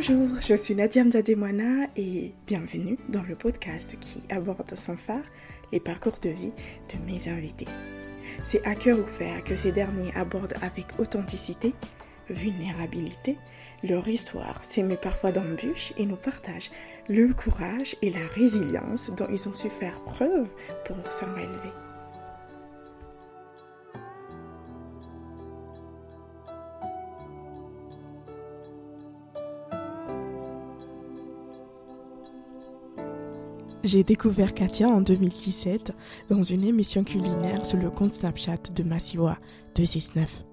Bonjour, je suis Nadia Mzademwana et bienvenue dans le podcast qui aborde sans phare les parcours de vie de mes invités. C'est à cœur ouvert que ces derniers abordent avec authenticité, vulnérabilité, leur histoire s'émet parfois d'embûches et nous partagent le courage et la résilience dont ils ont su faire preuve pour s'en relever. J'ai découvert Katia en 2017 dans une émission culinaire sur le compte Snapchat de Massiwa 269.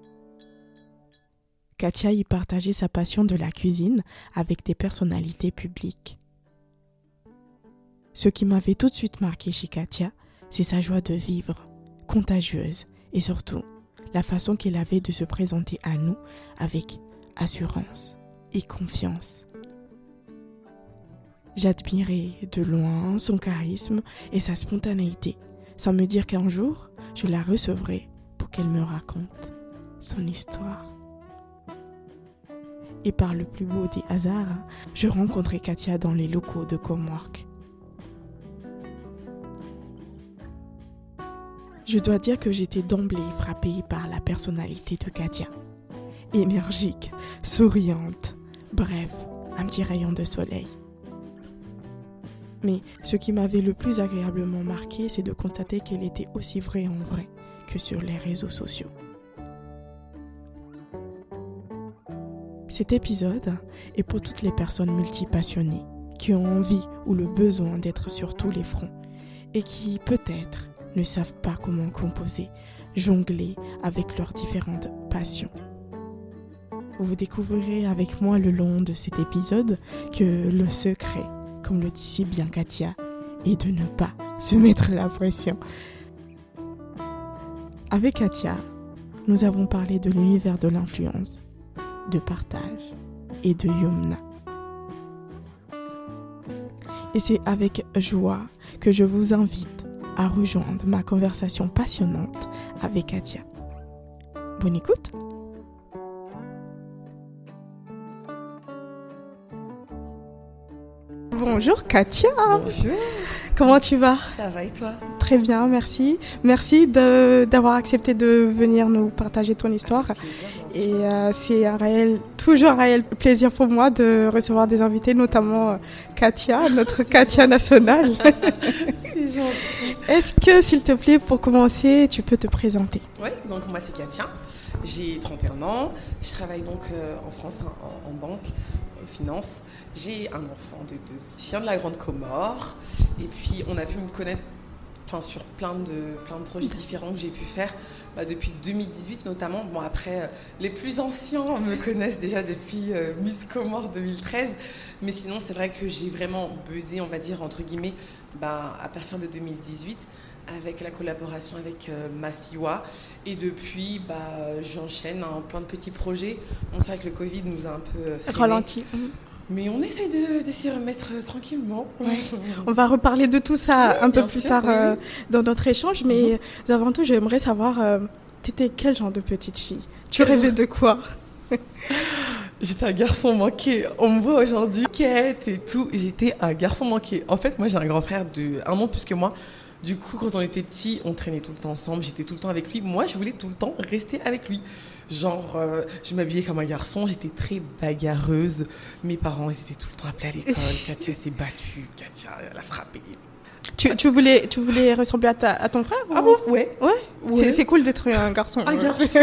Katia y partageait sa passion de la cuisine avec des personnalités publiques. Ce qui m'avait tout de suite marqué chez Katia, c'est sa joie de vivre, contagieuse, et surtout la façon qu'elle avait de se présenter à nous avec assurance et confiance. J'admirais de loin son charisme et sa spontanéité, sans me dire qu'un jour, je la recevrai pour qu'elle me raconte son histoire. Et par le plus beau des hasards, je rencontrai Katia dans les locaux de Comwork. Je dois dire que j'étais d'emblée frappée par la personnalité de Katia. Énergique, souriante, bref, un petit rayon de soleil. Mais ce qui m'avait le plus agréablement marqué, c'est de constater qu'elle était aussi vraie en vrai que sur les réseaux sociaux. Cet épisode est pour toutes les personnes multipassionnées qui ont envie ou le besoin d'être sur tous les fronts et qui, peut-être, ne savent pas comment composer, jongler avec leurs différentes passions. Vous découvrirez avec moi le long de cet épisode que le secret, comme le dit si bien Katia, est de ne pas se mettre la pression. Avec Katia, nous avons parlé de l'univers de l'influence, de partage et de Yumna. Et c'est avec joie que je vous invite à rejoindre ma conversation passionnante avec Katia. Bonne écoute! Bonjour Katia. Bonjour. Comment tu vas? Ça va et toi? Très bien, merci. Merci d'avoir accepté de venir nous partager ton histoire. Et c'est toujours un réel plaisir pour moi de recevoir des invités, notamment Katia, notre Katia nationale. C'est gentil. Est-ce que, s'il te plaît, pour commencer, tu peux te présenter? Oui, donc moi c'est Katia, j'ai 31 ans, je travaille donc en France en banque, finance. J'ai un enfant de 2 ans. Je viens de la Grande Comore et puis on a pu me connaître sur plein de projets différents que j'ai pu faire depuis 2018 notamment. Bon après, les plus anciens me connaissent déjà depuis Miss Comore 2013, mais sinon c'est vrai que j'ai vraiment buzzé, on va dire entre guillemets, à partir de 2018 avec la collaboration avec Massiwa et depuis j'enchaîne plein de petits projets. On sait que le Covid nous a un peu freiné. Ralenti. Mais on essaye de s'y remettre tranquillement. Ouais. On va reparler de tout ça un peu plus tard dans notre échange. Mais avant tout, j'aimerais savoir, t'étais quel genre de petite fille? Tu rêvais de quoi? J'étais un garçon manqué. On me voit aujourd'hui, quête et tout. J'étais un garçon manqué. En fait, moi, j'ai un grand frère de 1 an plus que moi. Du coup, quand on était petits, on traînait tout le temps ensemble. J'étais tout le temps avec lui. Moi, je voulais tout le temps rester avec lui. Genre, je m'habillais comme un garçon. J'étais très bagarreuse. Mes parents, ils étaient tout le temps appelés à l'école. Katia s'est battue. Katia, elle a frappé. Tu voulais ressembler à ton frère? Ah bon? Ouais. C'est cool d'être un garçon. Un garçon.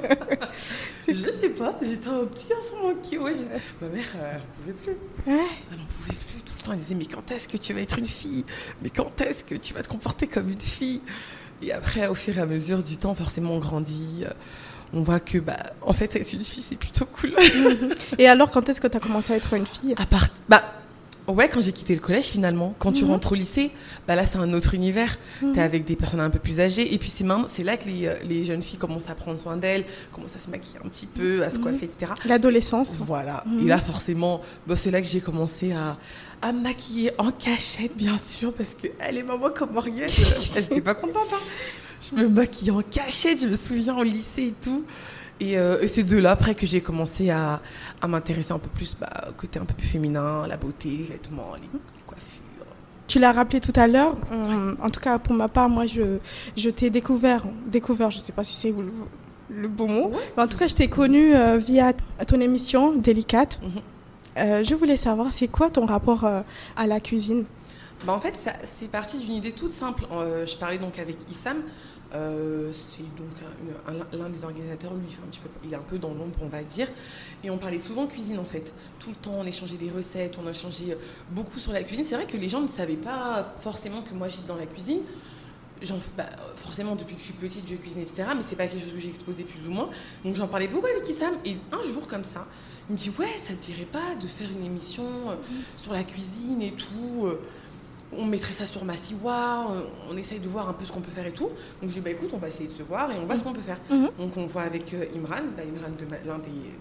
Je sais pas. J'étais un petit garçon manqué. Ouais, ma mère, elle n'en pouvait plus. Ouais. Elle n'en pouvait plus. Tout le temps, elle disait, mais quand est-ce que tu vas être une fille? Mais quand est-ce que tu vas te comporter comme une fille? Et après, au fur et à mesure du temps, forcément, on grandit. On voit que, en fait, être une fille, c'est plutôt cool. Et alors, quand est-ce que tu as commencé à être une fille? Ouais, quand j'ai quitté le collège, finalement. Quand tu rentres au lycée, là, c'est un autre univers. T'es avec des personnes un peu plus âgées. Et puis, c'est là que les jeunes filles commencent à prendre soin d'elles, commencent à se maquiller un petit peu, à se coiffer, etc. L'adolescence. Voilà. Et là, forcément, c'est là que j'ai commencé à me maquiller en cachette, bien sûr, parce que les mamans comme Mauriette, elles n'étaient pas contentes. Je me maquillais en cachette, je me souviens au lycée et tout. Et c'est de là, après, que j'ai commencé à m'intéresser un peu plus au côté un peu plus féminin, la beauté, les vêtements, les coiffures. Tu l'as rappelé tout à l'heure. En tout cas, pour ma part, moi, je t'ai découvert, je ne sais pas si c'est le bon mot. Ouais. Mais en tout cas, je t'ai connue via ton émission Délicate. Je voulais savoir, c'est quoi ton rapport à la cuisine ? En fait, c'est parti d'une idée toute simple. Je parlais donc avec Issam. C'est donc l'un des organisateurs, lui, il est un peu dans l'ombre, on va dire. Et on parlait souvent cuisine, en fait. Tout le temps, on échangeait des recettes, on échangeait beaucoup sur la cuisine. C'est vrai que les gens ne savaient pas forcément que moi, j'étais dans la cuisine. Forcément, depuis que je suis petite, je cuisine, etc. Mais c'est pas quelque chose que j'ai exposé plus ou moins. Donc, j'en parlais beaucoup avec Issam. Et un jour, comme ça, il me dit « Ouais, ça te dirait pas de faire une émission sur la cuisine et tout on mettrait ça sur Massiwa, on essaye de voir un peu ce qu'on peut faire et tout. Donc je dis, écoute, on va essayer de se voir et on voit ce qu'on peut faire. Donc on voit avec Imran, l'un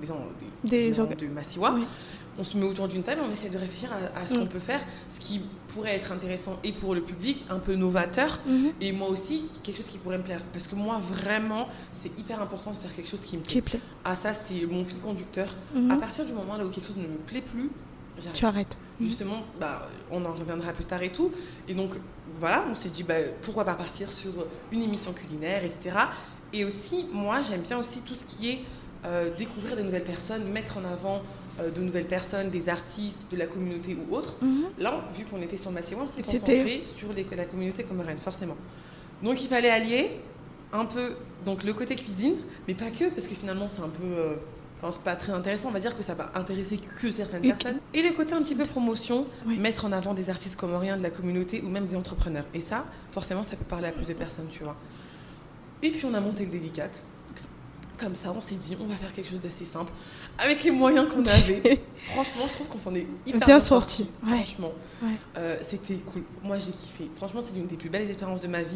des gens de Massiwa. Oui. On se met autour d'une table et on essaie de réfléchir à ce qu'on peut faire, ce qui pourrait être intéressant et pour le public, un peu novateur, et moi aussi, quelque chose qui pourrait me plaire. Parce que moi, vraiment, c'est hyper important de faire quelque chose qui me plaît. Ah, ça, c'est mon fil conducteur. À partir du moment là où quelque chose ne me plaît plus, j'arrête. Tu arrêtes. Justement, on en reviendra plus tard et tout. Et donc, voilà, on s'est dit, pourquoi pas partir sur une émission culinaire, etc. Et aussi, moi, j'aime bien aussi tout ce qui est découvrir des nouvelles personnes, mettre en avant de nouvelles personnes, des artistes, de la communauté ou autres. Là, vu qu'on était sur Massiwa, on s'est concentré sur la communauté comorienne, forcément. Donc, il fallait allier un peu donc, le côté cuisine, mais pas que, parce que finalement, c'est un peu... c'est pas très intéressant, on va dire que ça va intéresser que certaines personnes. Et le côté un petit peu promotion, mettre en avant des artistes comoriens de la communauté ou même des entrepreneurs. Et ça, forcément, ça peut parler à plus de personnes, tu vois. Et puis, on a monté le Délicate. Comme ça, on s'est dit, on va faire quelque chose d'assez simple, avec les moyens qu'on avait. Franchement, je trouve qu'on s'en est hyper bien sorti. Franchement, c'était cool. Moi, j'ai kiffé. Franchement, c'est l'une des plus belles expériences de ma vie.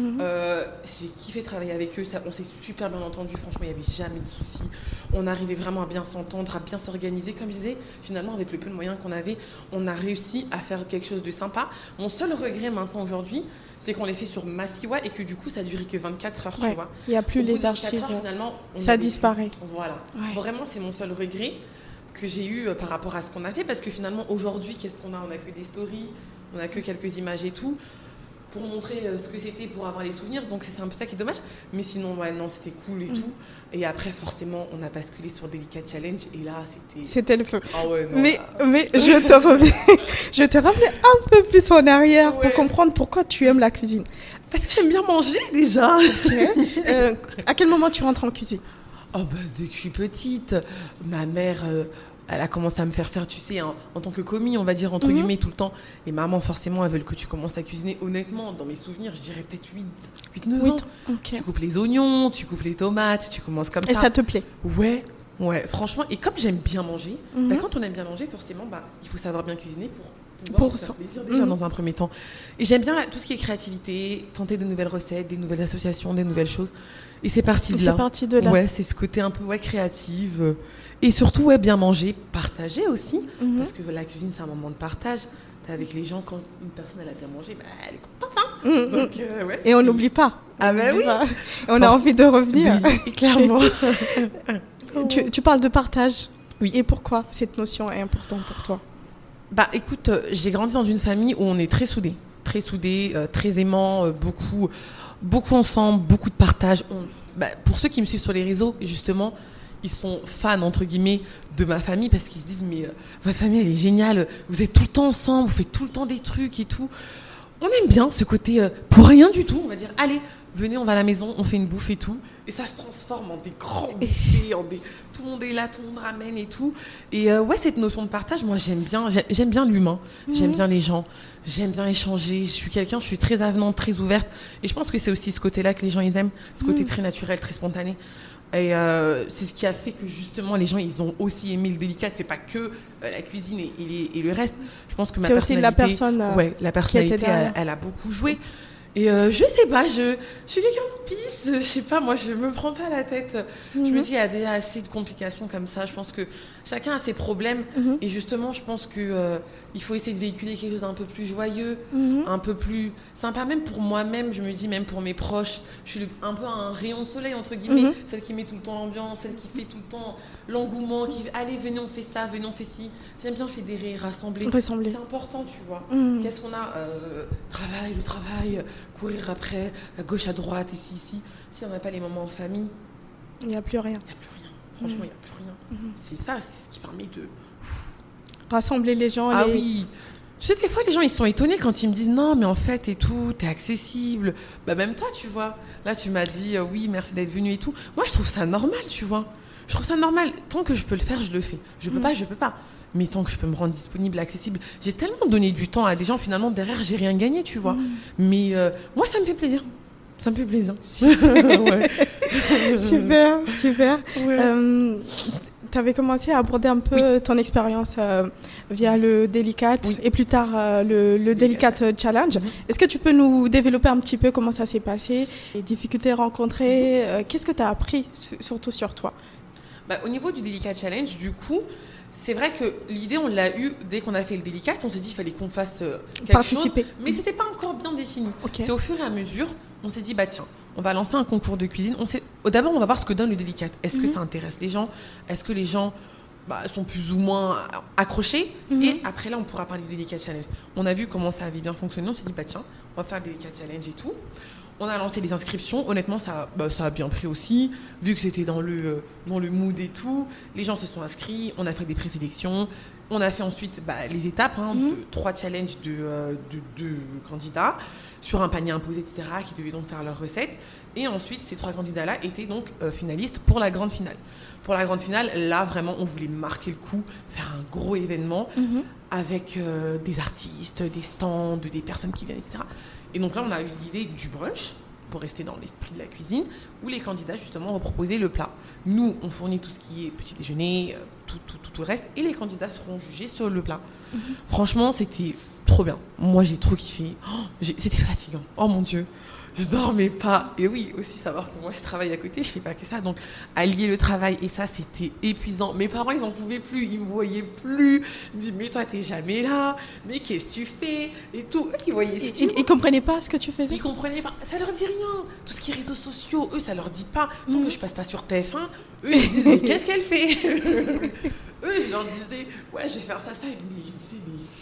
J'ai kiffé travailler avec eux. On s'est super bien entendu. Franchement, il n'y avait jamais de soucis. On arrivait vraiment à bien s'entendre, à bien s'organiser. Comme je disais, finalement, avec le peu de moyens qu'on avait, on a réussi à faire quelque chose de sympa. Mon seul regret maintenant aujourd'hui, c'est qu'on les fait sur Massiwa et que du coup, ça ne durait que 24 heures, tu vois. Il n'y a plus les archives. Heures, finalement, ça disparaît. Voilà. Vraiment, c'est mon seul regret que j'ai eu par rapport à ce qu'on a fait. Parce que finalement, aujourd'hui, qu'est-ce qu'on a ? On n'a que des stories, on n'a que quelques images et tout, pour montrer ce que c'était, pour avoir des souvenirs. Donc, c'est un peu ça qui est dommage. Mais sinon, non, c'était cool et tout. Et après, forcément, on a basculé sur Délicate Challenge. Et là, c'était le feu. Ah ouais, non, mais je te reviens un peu plus en arrière pour comprendre pourquoi tu aimes la cuisine. Parce que j'aime bien manger, déjà. À quel moment tu rentres en cuisine ? Dès que je suis petite, ma mère, elle a commencé à me faire, tu sais, en tant que commis, on va dire, entre guillemets, tout le temps. Et maman, forcément, elle veut que tu commences à cuisiner. Honnêtement, dans mes souvenirs, je dirais peut-être 8-9 ans. Okay. Tu coupes les oignons, tu coupes les tomates, tu commences comme ça. Et ça te plaît ? Ouais, franchement. Et comme j'aime bien manger, quand on aime bien manger, forcément, il faut savoir bien cuisiner pour se faire plaisir déjà dans un premier temps. Et j'aime bien tout ce qui est créativité, tenter de nouvelles recettes, des nouvelles associations, des nouvelles choses. Et c'est parti de là. Ouais, c'est ce côté un peu créative. Et surtout, bien manger, partager aussi. Parce que la cuisine, c'est un moment de partage. T'es avec les gens, quand une personne elle a bien mangé, elle est contente. Donc, et on n'oublie pas. Ah oui. On a envie de revenir. Oui, clairement. Tu parles de partage. Oui. Et pourquoi cette notion est importante pour toi ? Écoute, j'ai grandi dans une famille où on est très soudés, très aimants, beaucoup ensemble, beaucoup de partage. Pour ceux qui me suivent sur les réseaux, justement, ils sont fans, entre guillemets, de ma famille parce qu'ils se disent « Mais votre famille, elle est géniale, vous êtes tout le temps ensemble, vous faites tout le temps des trucs et tout. » On aime bien ce côté, pour rien du tout, on va dire « Allez, venez, on va à la maison, on fait une bouffe et tout. » Et ça se transforme en des grands buffets, tout le monde est là, tout le monde ramène et tout. Et cette notion de partage, moi, j'aime bien l'humain, j'aime bien les gens, j'aime bien échanger. Je suis très avenante, très ouverte. Et je pense que c'est aussi ce côté-là que les gens, ils aiment, ce côté très naturel, très spontané. Et c'est ce qui a fait que, justement, les gens, ils ont aussi aimé le Délicate. C'est pas que la cuisine et le reste. Je pense que ma personnalité... C'est aussi la personnalité, elle a beaucoup joué. Et je sais pas, je suis quelqu'un de pisse, je sais pas, moi je me prends pas la tête. Je me dis, il y a déjà assez de complications comme ça. Je pense que chacun a ses problèmes. Et justement, je pense que il faut essayer de véhiculer quelque chose d'un peu plus joyeux, un peu plus sympa, même pour moi-même, je me dis, même pour mes proches, je suis un peu un rayon de soleil, entre guillemets, celle qui met tout le temps l'ambiance, celle qui fait tout le temps l'engouement, qui allez, venez, on fait ça, venez, on fait ci. J'aime bien fédérer, rassembler. C'est important, tu vois. Qu'est-ce qu'on a le travail, courir après, à gauche, à droite, ici. Si on n'a pas les moments en famille, il n'y a plus rien. Franchement, il n'y a plus rien. C'est ça, c'est ce qui permet de... rassembler les gens. Ah oui. Tu sais, des fois, les gens, ils sont étonnés quand ils me disent non, mais en fait, et tout, t'es accessible. Bah, même toi, tu vois. Là, tu m'as dit oui, merci d'être venu et tout. Moi, je trouve ça normal, tu vois. Je trouve ça normal. Tant que je peux le faire, je le fais. Je peux pas. Mais tant que je peux me rendre disponible, accessible. J'ai tellement donné du temps à des gens, finalement, derrière, j'ai rien gagné, tu vois. Mais moi, ça me fait plaisir. Ça me fait plaisir. Ouais. Super. Ouais. Tu avais commencé à aborder un peu ton expérience via le Delicat et plus tard le Delicat Challenge. Est-ce que tu peux nous développer un petit peu comment ça s'est passé, les difficultés rencontrées, qu'est-ce que tu as appris surtout sur toi? Au niveau du Delicat Challenge, du coup, c'est vrai que l'idée, on l'a eue dès qu'on a fait le Delicat. On s'est dit qu'il fallait qu'on fasse quelque chose, mais ce n'était pas encore bien défini. C'est au fur et à mesure, on s'est dit, tiens, on va lancer un concours de cuisine. D'abord, on va voir ce que donne le Delicat. Est-ce que ça intéresse les gens? Est-ce que les gens sont plus ou moins accrochés? Et après, là, on pourra parler du Delicat Challenge. On a vu comment ça avait bien fonctionné. On s'est dit, tiens, on va faire le Delicat Challenge et tout. On a lancé les inscriptions. Honnêtement, ça a bien pris aussi. Vu que c'était dans le mood et tout, les gens se sont inscrits. On a fait des présélections. On a fait ensuite les étapes, de 3 challenges de candidats sur un panier imposé, etc., qui devaient donc faire leurs recettes. Et ensuite, ces 3 candidats-là étaient donc finalistes pour la grande finale. Pour la grande finale, là, vraiment, on voulait marquer le coup, faire un gros événement avec des artistes, des stands, des personnes qui viennent, etc. Et donc là, on a eu l'idée du brunch, pour rester dans l'esprit de la cuisine, où les candidats, justement, vont proposer le plat. Nous, on fournit tout ce qui est petit déjeuner, tout le reste, et les candidats seront jugés sur le plat. Franchement, c'était trop bien. Moi, j'ai trop kiffé. C'était fatigant. Oh mon Dieu, je dormais pas. Et oui, aussi savoir que moi, je travaille à côté, je fais pas que ça. Donc, allier le travail et ça, c'était épuisant. Mes parents, ils en pouvaient plus, ils me voyaient plus. Ils me disaient, mais toi, t'es jamais là. Mais qu'est-ce que tu fais? Et tout. Eux, ils voyaient. Ils comprenaient pas ce que tu faisais. Ils comprenaient pas. Ça leur dit rien. Tout ce qui est réseaux sociaux, eux, ça leur dit pas. Tant que je passe pas sur TF1, eux, ils disent, mais qu'est-ce qu'elle fait? Eux, je leur disais, ouais, je vais faire ça. Ils me disaient,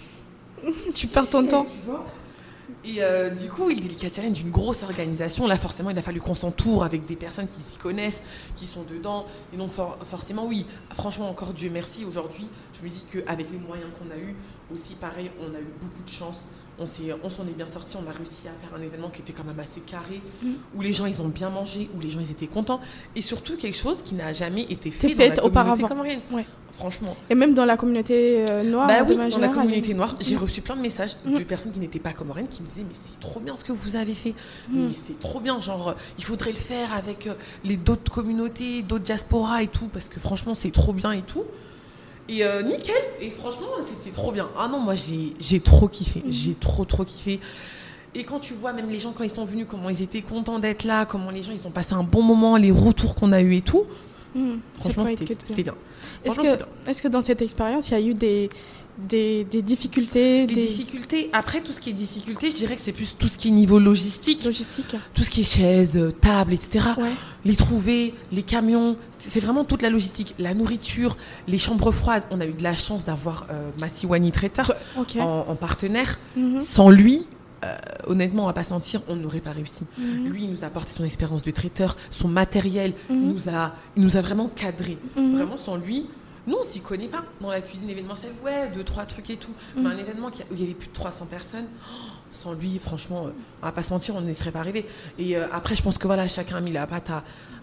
mais tu perds ton temps. Tu vois. Et du coup, le Delicat Challenge, une grosse organisation. Là, forcément, il a fallu qu'on s'entoure avec des personnes qui s'y connaissent, qui sont dedans. Et donc, forcément, oui, franchement, encore Dieu merci. Aujourd'hui, je me dis qu'avec les moyens qu'on a eus, aussi pareil, on a eu beaucoup de chance. On s'en est bien sortis. On a réussi à faire un événement qui était quand même assez carré, où les gens, ils ont bien mangé, où les gens, ils étaient contents. Et surtout, quelque chose qui n'a jamais été fait dans la communauté comorienne. Ouais. Franchement. Et même dans la communauté noire. Oui, dans la communauté noire, j'ai reçu plein de messages de personnes qui n'étaient pas comoriennes qui me disaient mais c'est trop bien ce que vous avez fait. Mais c'est trop bien, genre il faudrait le faire avec les d'autres communautés, d'autres diasporas et tout, parce que franchement c'est trop bien et tout. Et nickel. Et franchement c'était trop bien. Ah non, moi j'ai trop kiffé. J'ai trop kiffé. Et quand tu vois même les gens quand ils sont venus, comment ils étaient contents d'être là, comment les gens ils ont passé un bon moment, les retours qu'on a eu et tout. Franchement, c'était bien. Est-ce que dans cette expérience, il y a eu des difficultés? Des difficultés. Après, tout ce qui est difficulté, je dirais que c'est plus tout ce qui est niveau logistique. Tout ce qui est chaises, tables, etc. Ouais. Les trouver, les camions, c'est vraiment toute la logistique. La nourriture, les chambres froides. On a eu de la chance d'avoir Massiwani Traiteur en partenaire. Sans lui... honnêtement, on va pas se mentir, on n'aurait pas réussi. Lui, il nous a apporté son expérience de traiteur, son matériel, il nous a vraiment cadré. Vraiment, sans lui, nous, on s'y connaît pas dans la cuisine événementielle. Ouais, 2-3 trucs et tout. Mais un événement où il y avait plus de 300 personnes, sans lui, franchement, on va pas se mentir, on n'y serait pas arrivé. Et après, je pense que voilà, chacun a mis la patte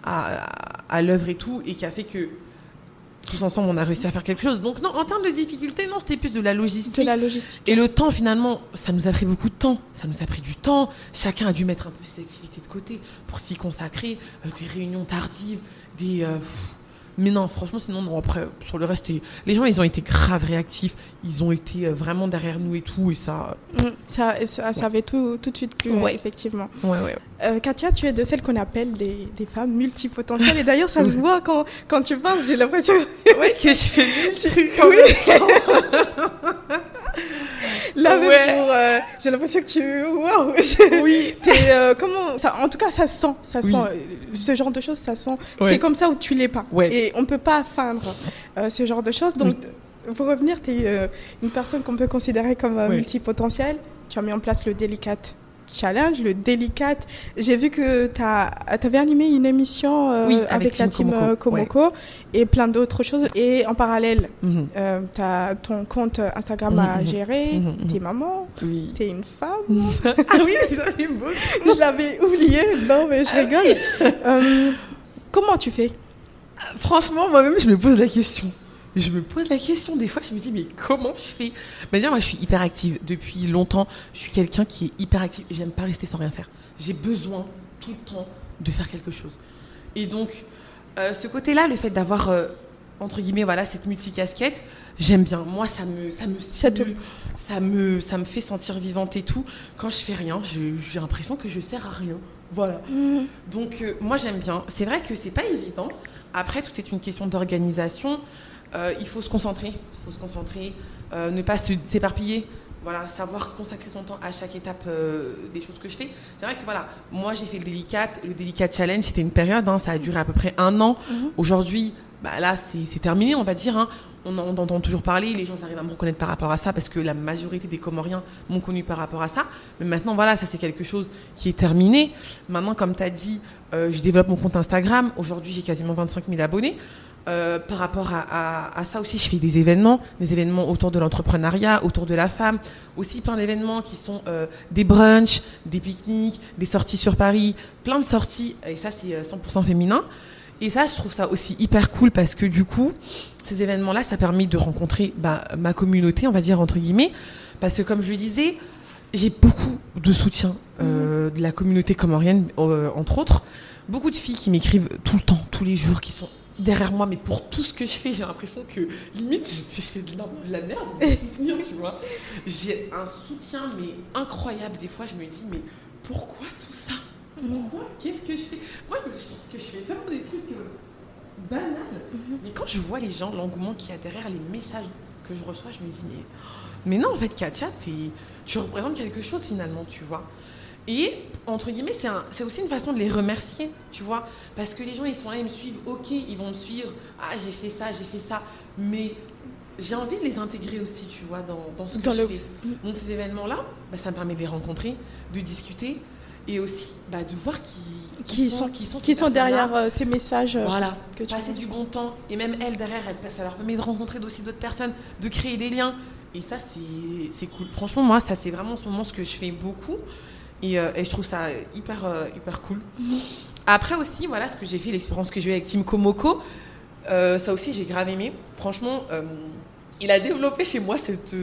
à l'œuvre et tout, et qui a fait que tous ensemble, on a réussi à faire quelque chose. Donc non, en termes de difficulté, non, c'était plus de la logistique. C'est la logistique. Et le temps, finalement, ça nous a pris beaucoup de temps. Ça nous a pris du temps. Chacun a dû mettre un peu ses activités de côté pour s'y consacrer. Des réunions tardives, Mais non, franchement, sinon, non, après, sur le reste, les gens, ils ont été grave réactifs. Ils ont été vraiment derrière nous et tout. Et ça... Ça avait tout de suite plu, effectivement. Ouais. Katia, tu es de celles qu'on appelle des femmes multipotentielles. Et d'ailleurs, ça se voit quand tu parles. J'ai l'impression que je fais mille trucs. Oui. l'avais pour... j'ai l'impression que tu... Waouh. Oui. Comment... en tout cas, ça se sent. Ça Oui. sent. Ce genre de choses, ça sent. Ouais. T'es comme ça ou tu l'es pas. Ouais. Et on peut pas feindre ce genre de choses. Donc, pour revenir, t'es une personne qu'on peut considérer comme multipotentielle. Tu as mis en place le Delicate Challenge, le Delicate. J'ai vu que t'avais animé une émission avec la team Komoko et plein d'autres choses. Et en parallèle, t'as ton compte Instagram à gérer. T'es maman, t'es une femme. Ah oui, j'avais beaucoup. Je l'avais oublié. Non, mais je rigole. Comment tu fais? Franchement, moi-même, je me pose la question. Des fois, je me dis, mais comment tu fais? Dire, moi, je suis hyper active. Depuis longtemps, je suis quelqu'un qui est hyper actif. J'aime pas rester sans rien faire. J'ai besoin, tout le temps, de faire quelque chose. Et donc, ce côté-là, le fait d'avoir, entre guillemets, voilà, cette multicasquette, j'aime bien. Moi, ça me stimule. Ça me fait sentir vivante et tout. Quand je fais rien, j'ai l'impression que je sers à rien. Voilà. Donc, moi, j'aime bien. C'est vrai que c'est pas évident. Après, tout est une question d'organisation. Il faut se concentrer, ne pas s'éparpiller, voilà, savoir consacrer son temps à chaque étape des choses que je fais. C'est vrai que voilà, moi j'ai fait le Delicate Challenge, c'était une période, ça a duré à peu près 1 an. Aujourd'hui, là c'est terminé, on va dire. On entend toujours parler, les gens arrivent à me reconnaître par rapport à ça parce que la majorité des Comoriens m'ont connu par rapport à ça. Mais maintenant, voilà, ça c'est quelque chose qui est terminé. Maintenant, comme tu as dit, je développe mon compte Instagram. Aujourd'hui, j'ai quasiment 25 000 abonnés. Par rapport à ça aussi, je fais des événements autour de l'entrepreneuriat, autour de la femme, aussi plein d'événements qui sont des brunchs, des pique-niques, des sorties sur Paris, plein de sorties, et ça c'est 100% féminin. Et ça, je trouve ça aussi hyper cool parce que du coup, ces événements-là, ça permet de rencontrer ma communauté, on va dire entre guillemets, parce que comme je le disais, j'ai beaucoup de soutien de la communauté comorienne, entre autres, beaucoup de filles qui m'écrivent tout le temps, tous les jours, qui sont derrière moi, mais pour tout ce que je fais, j'ai l'impression que limite, si je fais de la merde, tu vois. J'ai un soutien, mais incroyable. Des fois, je me dis, mais pourquoi tout ça? Pourquoi? Qu'est-ce que je fais? Moi, je trouve que je fais tellement des trucs banals. Mais quand je vois les gens, l'engouement qu'il y a derrière les messages que je reçois, je me dis, mais non, en fait, Katia, tu représentes quelque chose finalement, tu vois. Et, entre guillemets, c'est aussi une façon de les remercier, tu vois. Parce que les gens, ils sont là, ils me suivent, ok, ils vont me suivre. Ah, j'ai fait ça. Mais j'ai envie de les intégrer aussi, tu vois, dans ce que je fais. Donc, ces événements-là, ça me permet de les rencontrer, de discuter. Et aussi, de voir qui sont derrière ces messages. Voilà, que tu passer du bon temps. Et même elles, derrière, ça leur permet de rencontrer aussi d'autres personnes, de créer des liens. Et ça, c'est cool. Franchement, moi, ça, c'est vraiment en ce moment ce que je fais beaucoup. Et je trouve ça hyper cool. Après aussi, voilà ce que j'ai fait, l'expérience que j'ai eue avec Team Komoko. Ça aussi, j'ai grave aimé. Franchement, il a développé chez moi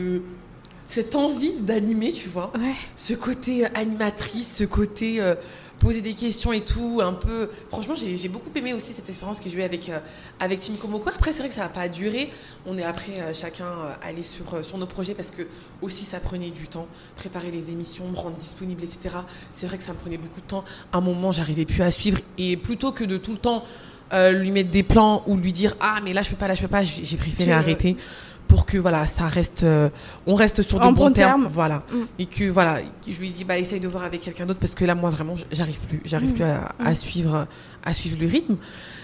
cette envie d'animer, tu vois. Ouais. Ce côté animatrice, ce côté poser des questions et tout, un peu... Franchement, j'ai beaucoup aimé aussi cette expérience que j'ai eue avec Team Komoko. Après, c'est vrai que ça n'a pas duré. On est après chacun allé sur nos projets parce que aussi ça prenait du temps, préparer les émissions, me rendre disponible, etc. C'est vrai que ça me prenait beaucoup de temps. À un moment, j'arrivais plus à suivre. Et plutôt que de tout le temps lui mettre des plans ou lui dire « Ah, mais là, je peux pas », j'ai préféré arrêter. Pour que voilà, ça reste, on reste sur de bons termes, voilà, et que voilà, je lui dis essaye de voir avec quelqu'un d'autre parce que là moi vraiment j'arrive plus à suivre le rythme.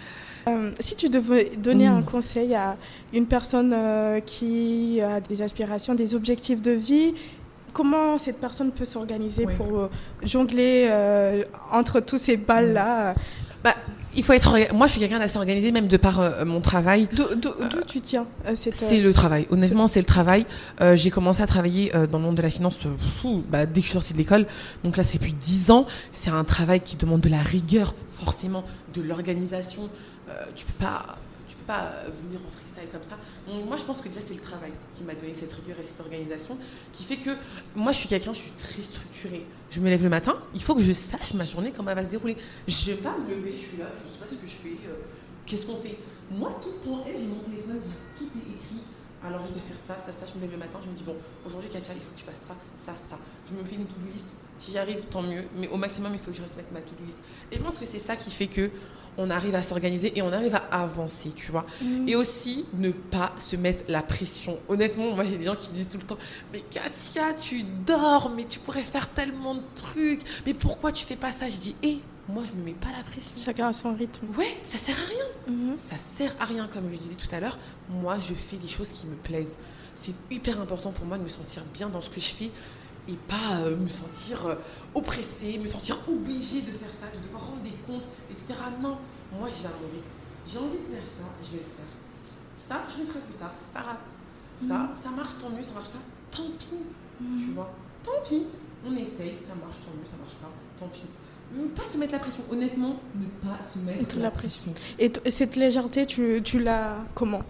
Si tu devais donner un conseil à une personne qui a des aspirations, des objectifs de vie, comment cette personne peut s'organiser pour jongler entre tous ces balles-là? Il faut être... Moi, je suis quelqu'un d'assez organisé, même de par mon travail. D'où tu tiens C'est le travail. Honnêtement, c'est le travail. J'ai commencé à travailler dans le monde de la finance dès que je suis sortie de l'école. Donc là, c'est plus de 10 ans. C'est un travail qui demande de la rigueur, forcément, de l'organisation. Tu peux pas venir en freestyle comme ça. Donc, moi, je pense que déjà, c'est le travail qui m'a donné cette rigueur et cette organisation qui fait que moi, je suis très structurée. Je me lève le matin, il faut que je sache ma journée, comment elle va se dérouler. Je ne vais pas me lever, je suis là, je ne sais pas ce que je fais, qu'est-ce qu'on fait. Moi, tout le temps, j'ai mon téléphone, tout est écrit. Alors, je dois faire ça. Je me lève le matin, je me dis, bon, aujourd'hui, Katia, il faut que tu fasses ça. Je me fais une to-do list. Si j'y arrive, tant mieux. Mais au maximum, il faut que je respecte ma to-do list. Et je pense que c'est ça qui fait que on arrive à s'organiser et on arrive à avancer, tu vois. Et aussi, ne pas se mettre la pression. Honnêtement, moi, j'ai des gens qui me disent tout le temps « Mais Katia, tu dors, mais tu pourrais faire tellement de trucs. Mais pourquoi tu fais pas ça ?» Je dis « moi, je me mets pas la pression. » Chacun a son rythme. Ouais, ça sert à rien. Ça sert à rien, comme je disais tout à l'heure. Moi, je fais des choses qui me plaisent. C'est hyper important pour moi de me sentir bien dans ce que je fais et pas me sentir oppressée, me sentir obligée de faire ça, de devoir rendre des comptes, etc. Non, moi, j'y vais à mon rythme. J'ai envie de faire ça, je vais le faire. Ça, je le ferai plus tard, c'est pas grave. Ça marche, tant mieux, ça marche pas, tant pis. Tu vois, tant pis. On essaye, ça marche, tant mieux, ça marche pas, tant pis. Ne pas se mettre la pression, honnêtement, ne pas se mettre la pression. Et cette légèreté, tu l'as comment?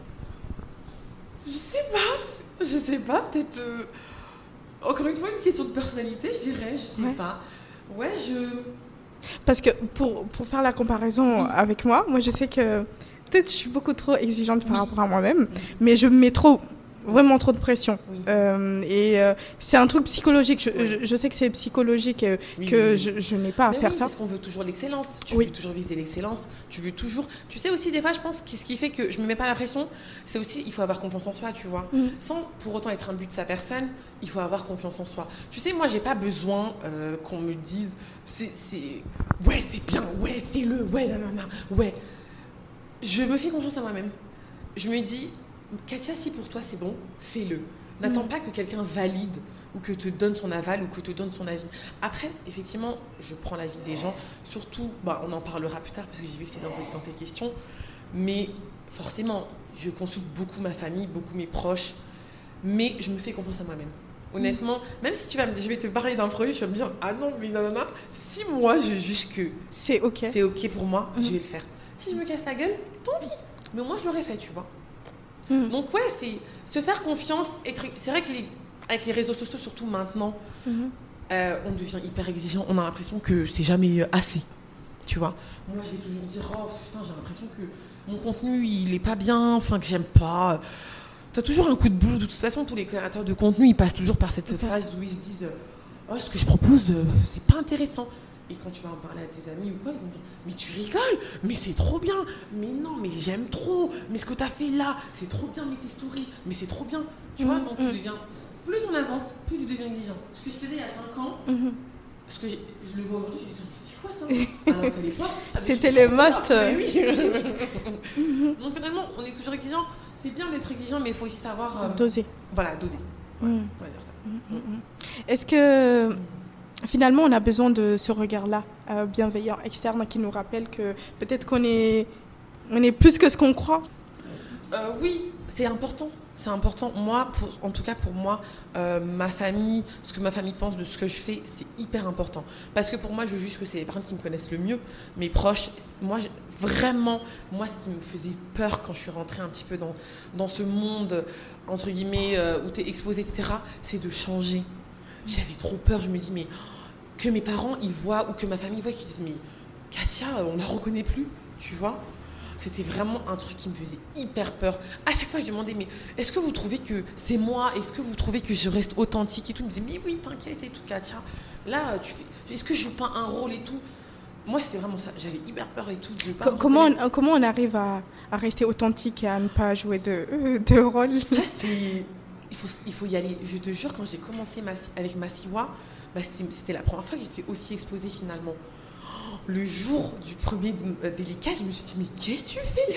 Je sais pas, peut-être... Encore une fois, une question de personnalité, je dirais, je sais pas. Ouais, Parce que pour faire la comparaison avec moi je sais que peut-être je suis beaucoup trop exigeante par rapport à moi-même, mais je me mets vraiment trop de pression. C'est un truc psychologique. Je sais que c'est psychologique que je n'ai pas à faire ça. Parce qu'on veut toujours l'excellence. Tu veux toujours viser l'excellence. Tu veux toujours... Tu sais aussi, des fois, je pense que ce qui fait que je ne me mets pas la pression, c'est aussi, il faut avoir confiance en soi, tu vois. Sans pour autant être un but de sa personne, il faut avoir confiance en soi. Tu sais, moi, j'ai pas besoin qu'on me dise, ouais, c'est bien, ouais, fais-le, ouais, nanana, ouais. Je me fais confiance à moi-même. Je me dis... Katia, si pour toi c'est bon, fais-le. N'attends pas que quelqu'un valide ou que te donne son aval ou que te donne son avis. Après, effectivement, je prends l'avis des gens. Surtout, on en parlera plus tard parce que j'ai vu que c'est dans tes questions. Mais forcément, je consulte beaucoup ma famille, beaucoup mes proches. Mais je me fais confiance à moi-même. Honnêtement, même si je vais te parler d'un projet, tu vas me dire « Ah non, mais nanana, si moi je juge que c'est OK pour moi, je vais le faire. Si je me casse la gueule, tant pis. Mais au moins, je l'aurais fait, tu vois. » Donc ouais, c'est se faire confiance. C'est vrai qu'avec les réseaux sociaux, surtout maintenant, on devient hyper exigeant. On a l'impression que c'est jamais assez, tu vois. Moi, je vais toujours dire, oh putain, j'ai l'impression que mon contenu, il est pas bien, enfin que j'aime pas. T'as toujours un coup de blues. De toute façon, tous les créateurs de contenu, ils passent toujours par cette phase où ils se disent, oh, ce que je propose, c'est pas intéressant. Et quand tu vas en parler à tes amis ou quoi, ils vont dire « Mais tu rigoles, mais c'est trop bien, mais non, mais j'aime trop, mais ce que tu as fait là, c'est trop bien, mais tes stories, mais c'est trop bien. » Tu vois, donc tu deviens, plus on avance, plus tu deviens exigeant. Ce que je faisais il y a 5 ans, ce que je le vois aujourd'hui, je me dis « Mais c'est quoi ça ?» Alors qu'à l'époque, c'était le must. Oui. Donc finalement, on est toujours exigeant. C'est bien d'être exigeant, mais il faut aussi savoir... doser. Voilà, doser. Ouais, on va dire ça. Est-ce que... Finalement, on a besoin de ce regard-là, bienveillant, externe, qui nous rappelle que peut-être qu'on est plus que ce qu'on croit. Oui, c'est important. C'est important. Moi, en tout cas pour moi, ma famille, ce que ma famille pense de ce que je fais, c'est hyper important. Parce que pour moi, je juge que c'est les personnes qui me connaissent le mieux, mes proches. Moi, vraiment, ce qui me faisait peur quand je suis rentrée un petit peu dans ce monde, entre guillemets, où tu es exposée, etc., c'est de changer. J'avais trop peur, je me dis, mais que mes parents ils voient ou que ma famille voit, qu'ils disent, mais Katia, on la reconnaît plus, tu vois. C'était vraiment un truc qui me faisait hyper peur. À chaque fois, je demandais, mais est-ce que vous trouvez que c'est moi? Est-ce que vous trouvez que je reste authentique et tout? Ils me disaient, mais oui, t'inquiète et tout, Katia. Là, est-ce que je joue pas un rôle et tout? Moi, c'était vraiment ça. J'avais hyper peur et tout. Comment on arrive à rester authentique et à ne pas jouer de rôle? Ça, c'est... Il faut y aller. Je te jure, quand j'ai commencé avec Massiwa, c'était la première fois que j'étais aussi exposée finalement. Le jour du premier délicat, je me suis dit, mais qu'est-ce que tu fais,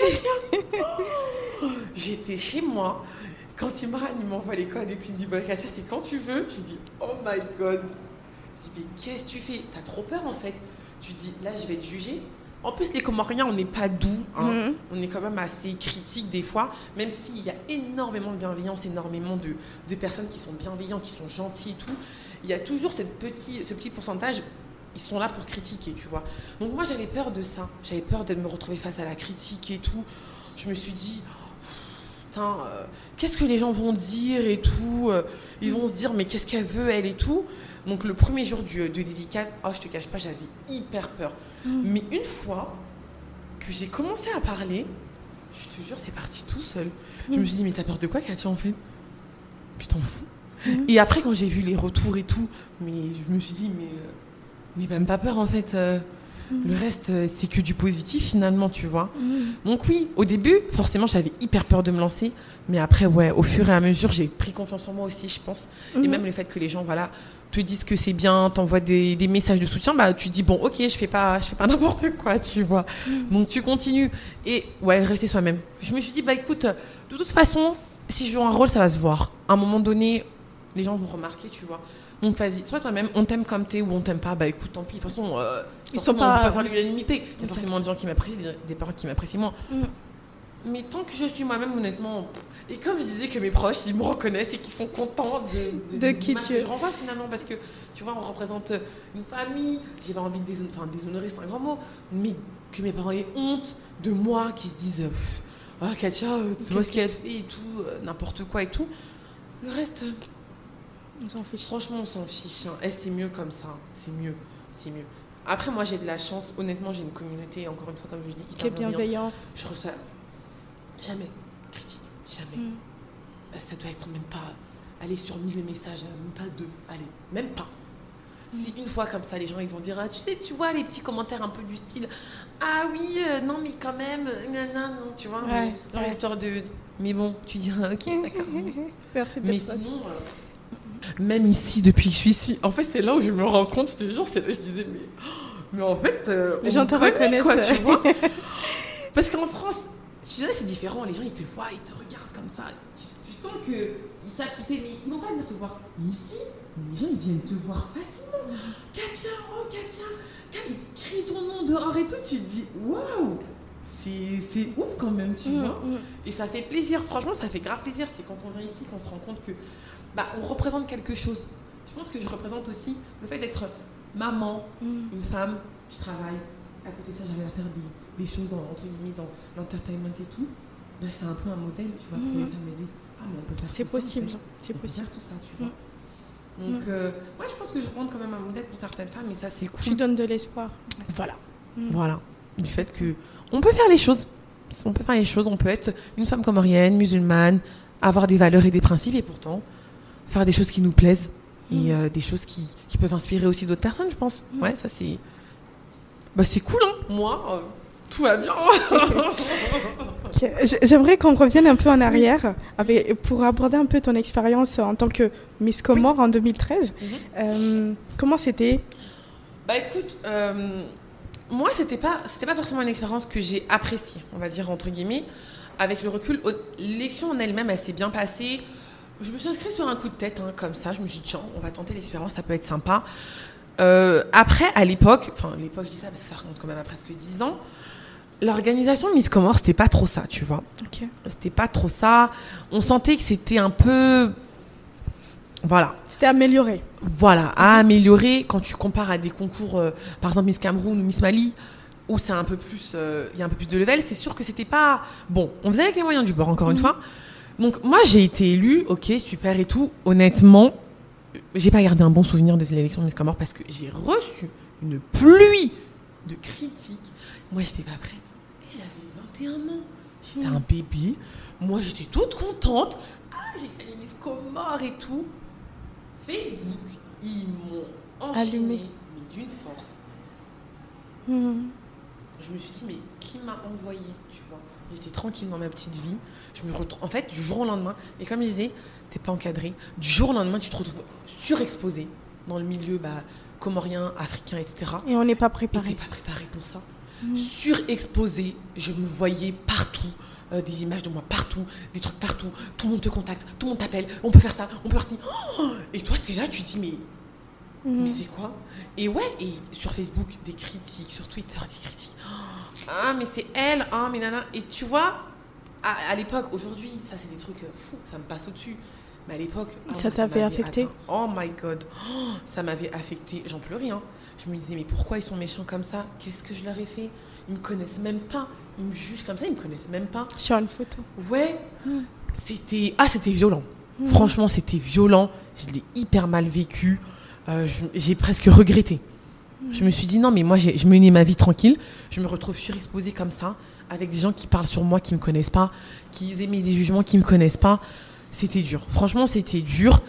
Katia? J'étais chez moi. Quand Imran m'envoie les codes et tu me dis, bah, Katia, c'est quand tu veux. J'ai dit, oh my God. Je dis, mais qu'est-ce que tu fais? T'as trop peur en fait. Tu dis, là, je vais être jugée. En plus, les Comoriens, on n'est pas doux. Hein. On est quand même assez critique des fois, même s'il y a énormément de bienveillance, énormément de personnes qui sont bienveillantes, qui sont gentilles et tout. Il y a toujours ce petit pourcentage, ils sont là pour critiquer, tu vois. Donc moi, j'avais peur de ça. J'avais peur de me retrouver face à la critique et tout. Je me suis dit, putain, qu'est-ce que les gens vont dire et tout. Ils vont se dire, mais qu'est-ce qu'elle veut, elle et tout. Donc le premier jour de délicat, je te cache pas, j'avais hyper peur. Mais une fois que j'ai commencé à parler, je te jure, c'est parti tout seul. Je me suis dit, mais t'as peur de quoi, Katia, en fait? Tu t'en fous. Et après, quand j'ai vu les retours et tout, mais je me suis dit, mais même pas peur en fait. Le reste, c'est que du positif finalement, tu vois. Donc oui, au début, forcément, j'avais hyper peur de me lancer. Mais après, ouais, au fur et à mesure, j'ai pris confiance en moi aussi, je pense. Et même le fait que les gens, voilà, te disent que c'est bien, t'envoient des messages de soutien, bah tu te dis, bon, ok, je fais pas n'importe quoi, tu vois. Donc tu continues. Et ouais, rester soi-même. Je me suis dit, bah écoute, de toute façon, si je joue un rôle, ça va se voir. À un moment donné, les gens vont remarquer, tu vois. Donc vas-y, sois toi-même, on t'aime comme t'es ou on t'aime pas, bah écoute, tant pis. De toute façon, ils sont pas... on peut pas faire l'unanimité. Il y a forcément des gens qui m'apprécient, des parents qui m'apprécient moins. Mais tant que je suis moi-même, honnêtement... Et comme je disais que mes proches, ils me reconnaissent et qu'ils sont contents de qui tu es. Je renvoie finalement parce que, tu vois, on représente une famille. J'ai pas envie de déshonorer, c'est un grand mot. Mais que mes parents aient honte de moi, qui se disent « Ah, Katia, tu vois ce qu'elle fait et tout, n'importe quoi et tout. » Le reste... On s'en fiche. Franchement, on s'en fiche. Hein. C'est mieux comme ça. C'est mieux. Après, moi, j'ai de la chance. Honnêtement, j'ai une communauté, encore une fois, comme je dis, hyper bienveillant. Je reçois jamais critique. Jamais. Ça doit être même pas... Aller sur 1000 messages, même pas 2. Allez, même pas. Si une fois comme ça, les gens ils vont dire, tu sais, tu vois, les petits commentaires un peu du style, ah oui, non, mais quand même, non, tu vois, dans l'histoire de... Mais bon, tu dis, ok, d'accord. Merci mais sinon... Même ici, depuis que je suis ici, en fait, c'est là où je me rends compte, je te jure, c'est là où je disais, mais en fait, les gens te reconnaissent, quoi, tu vois. Parce qu'en France, je suis là, c'est différent, les gens, ils te voient, ils te regardent comme ça, tu sens qu'ils savent qui t'es, mais ils n'ont pas venir te voir. Mais ici, les gens, ils viennent te voir facilement. Katia, oh Katia, ils crient ton nom dehors et tout, tu te dis, waouh, c'est ouf quand même, tu vois. Et ça fait plaisir, franchement, ça fait grave plaisir, c'est quand on vient ici qu'on se rend compte que on représente quelque chose. Je pense que je représente aussi le fait d'être maman, une femme, je travaille. À côté de ça, j'arrive à faire des choses entre guillemets dans l'entertainment et tout. Là, c'est un peu un modèle, tu vois, pour les femmes, elles disent, mais on peut faire c'est tout possible, ça, c'est possible. Faire tout ça, tu vois. Donc, je pense que je représente quand même un modèle pour certaines femmes, et ça, c'est cool. Tu donnes de l'espoir. Voilà. Du fait que on peut faire les choses. On peut faire les choses, on peut être une femme comorienne, musulmane, avoir des valeurs et des principes, et pourtant faire des choses qui nous plaisent et des choses qui peuvent inspirer aussi d'autres personnes, je pense. Ouais, ça c'est... c'est cool, hein. Moi, tout va bien. Okay. J'aimerais qu'on revienne un peu en arrière pour aborder un peu ton expérience en tant que Miss Comore en 2013. Comment c'était ? Écoute, moi, c'était pas forcément une expérience que j'ai appréciée, on va dire, entre guillemets. Avec le recul, l'élection en elle-même, elle s'est bien passée. Je me suis inscrite sur un coup de tête, comme ça. Je me suis dit, tiens, on va tenter l'expérience, ça peut être sympa. Après, à l'époque, je dis ça parce que ça remonte quand même à presque 10 ans, l'organisation Miss Comore, c'était pas trop ça, tu vois. Okay. C'était pas trop ça. On sentait que c'était un peu... Voilà. C'était amélioré. Voilà, à améliorer quand tu compares à des concours, par exemple Miss Cameroun ou Miss Mali, où c'est un peu plus... Il y a un peu plus de level, c'est sûr que c'était pas... Bon, on faisait avec les moyens du bord, encore une fois. Donc, moi, j'ai été élue, ok, super et tout. Honnêtement, j'ai pas gardé un bon souvenir de l'élection de Miss Comore parce que j'ai reçu une pluie de critiques. Moi, j'étais pas prête. Et j'avais 21 ans. J'étais un bébé. Moi, j'étais toute contente. Ah, j'ai gagné Miss Comore et tout. Facebook, ils m'ont enchaîné, mais d'une force. Je me suis dit, mais qui m'a envoyé, tu vois. J'étais tranquille dans ma petite vie. En fait, du jour au lendemain, et comme je disais, t'es pas encadré. Du jour au lendemain, tu te retrouves surexposé dans le milieu comorien, africain, etc. Et on n'est pas préparé. Et t'es pas préparé pour ça. Surexposé, je me voyais partout. Des images de moi partout, des trucs partout. Tout le monde te contacte, tout le monde t'appelle. On peut faire ça, on peut faire ça. Et toi, t'es là, tu te dis, mais c'est quoi ? Et ouais, et sur Facebook, des critiques, sur Twitter, des critiques. Ah, mais c'est elle, mais nana. Et tu vois, à l'époque, aujourd'hui, ça c'est des trucs fous, ça me passe au-dessus. Mais à l'époque, ça t'avait affecté ? Oh my God, ça m'avait affecté. J'en pleurais, Je me disais, mais pourquoi ils sont méchants comme ça ? Qu'est-ce que je leur ai fait ? Ils me connaissent même pas. Ils me jugent comme ça, ils me connaissent même pas. Sur une photo. Ouais. C'était violent. Franchement, c'était violent. Je l'ai hyper mal vécu. J'ai presque regretté. Je me suis dit, non, mais moi, je menais ma vie tranquille. Je me retrouve surexposée comme ça, avec des gens qui parlent sur moi, qui me connaissent pas, qui émettent des jugements, qui me connaissent pas. C'était dur. Franchement, c'était dur.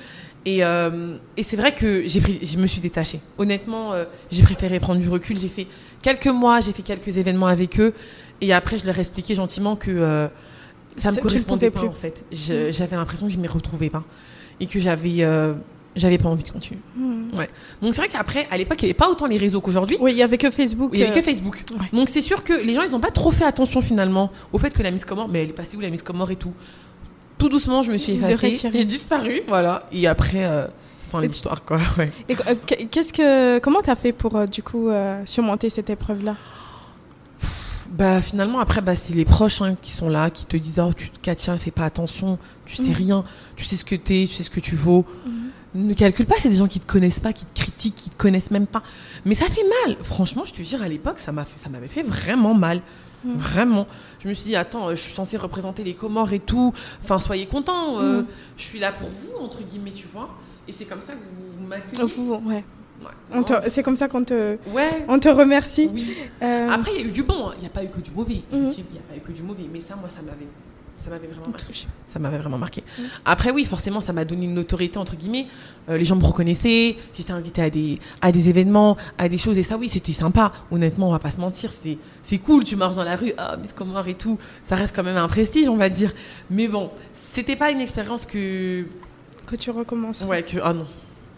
Et c'est vrai que je me suis détachée. Honnêtement, j'ai préféré prendre du recul. J'ai fait quelques mois, j'ai fait quelques événements avec eux. Et après, je leur ai expliqué gentiment que ça me correspondait pas, en fait. J'avais l'impression que je ne m'y retrouvais pas. Et que j'avais pas envie de continuer. Ouais. Donc c'est vrai qu'après, à l'époque, il n'y avait pas autant les réseaux qu'aujourd'hui. Oui, il n'y avait que Facebook. Il n'y avait que Facebook. Ouais. Donc c'est sûr que les gens, ils n'ont pas trop fait attention finalement au fait que la Miss Comore, mais elle est passée où la Miss Comore et tout. Tout doucement, je me suis effacée. J'ai disparu, voilà. Et après, fin de l'histoire, quoi. Ouais. Et comment t'as fait pour, du coup, surmonter cette épreuve-là ? Bah, finalement, après, c'est les proches qui sont là, qui te disent « Oh, Katia, fais pas attention, tu sais rien, tu sais ce que t'es, tu sais ce que tu vaux. Ne calcule pas, c'est des gens qui te connaissent pas, qui te critiquent, qui te connaissent même pas. » Mais ça fait mal. Franchement, je te jure, à l'époque, ça m'avait fait vraiment mal. Vraiment. Je me suis dit, attends, je suis censée représenter les Comores et tout. Enfin, soyez contents. Je suis là pour vous, entre guillemets, tu vois. Et c'est comme ça que vous m'accueillez. C'est comme ça qu'on te remercie. Oui. Après, il y a eu du bon. Il n'y a pas eu que du mauvais. Il n'y a pas eu que du mauvais. Mais ça, moi, ça m'avait vraiment marqué. Ça m'avait vraiment marqué. Après, oui, forcément, ça m'a donné une notoriété, entre guillemets. Les gens me reconnaissaient. J'étais invitée à des événements, à des choses. Et ça, oui, c'était sympa. Honnêtement, on va pas se mentir. C'est cool. Tu marches dans la rue. Ah, Miss Comore et tout. Ça reste quand même un prestige, on va dire. Mais bon, c'était pas une expérience que tu recommences. Ouais, ah non.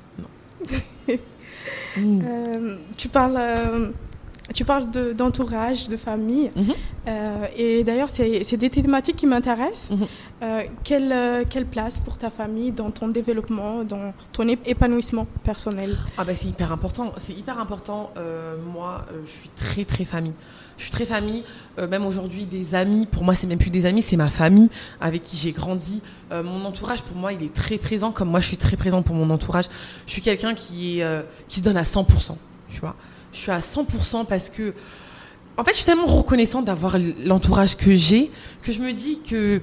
Tu parles d'entourage, de famille. Et d'ailleurs, c'est des thématiques qui m'intéressent. Quelle place pour ta famille dans ton développement, dans ton épanouissement personnel ? C'est hyper important. C'est hyper important. Moi, je suis très, très famille. Je suis très famille. Même aujourd'hui, des amis. Pour moi, c'est même plus des amis, c'est ma famille avec qui j'ai grandi. Mon entourage, pour moi, il est très présent. Comme moi, je suis très présente pour mon entourage. Je suis quelqu'un qui se donne à 100%. Tu vois ? Je suis à 100% parce que, en fait, je suis tellement reconnaissante d'avoir l'entourage que j'ai que je me dis que,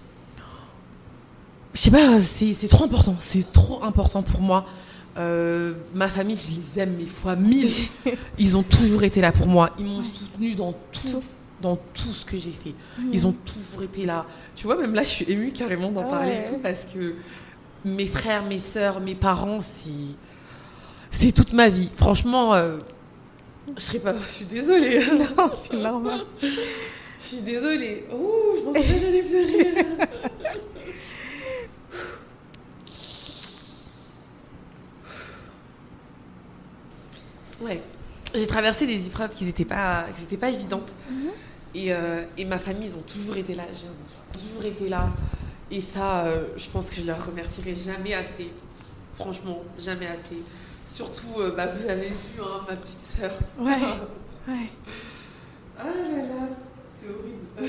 je sais pas, c'est trop important. C'est trop important pour moi. Ma famille, je les aime mais fois 1000. Ils ont toujours été là pour moi. Ils m'ont soutenue dans tout ce que j'ai fait. Ils ont toujours été là. Tu vois, même là, je suis émue carrément d'en parler et tout parce que mes frères, mes sœurs, mes parents, c'est toute ma vie. Franchement, je serais pas. Je suis désolée. Non, c'est normal. Je suis désolée. Ouh, je pensais que j'allais pleurer. Ouais. J'ai traversé des épreuves qui n'étaient pas évidentes. Et ma famille, ils ont toujours été là. J'ai toujours été là. Et ça, je pense que je leur remercierai jamais assez. Franchement, jamais assez. Surtout, vous avez vu, ma petite sœur. Ouais. Ah là là, c'est horrible.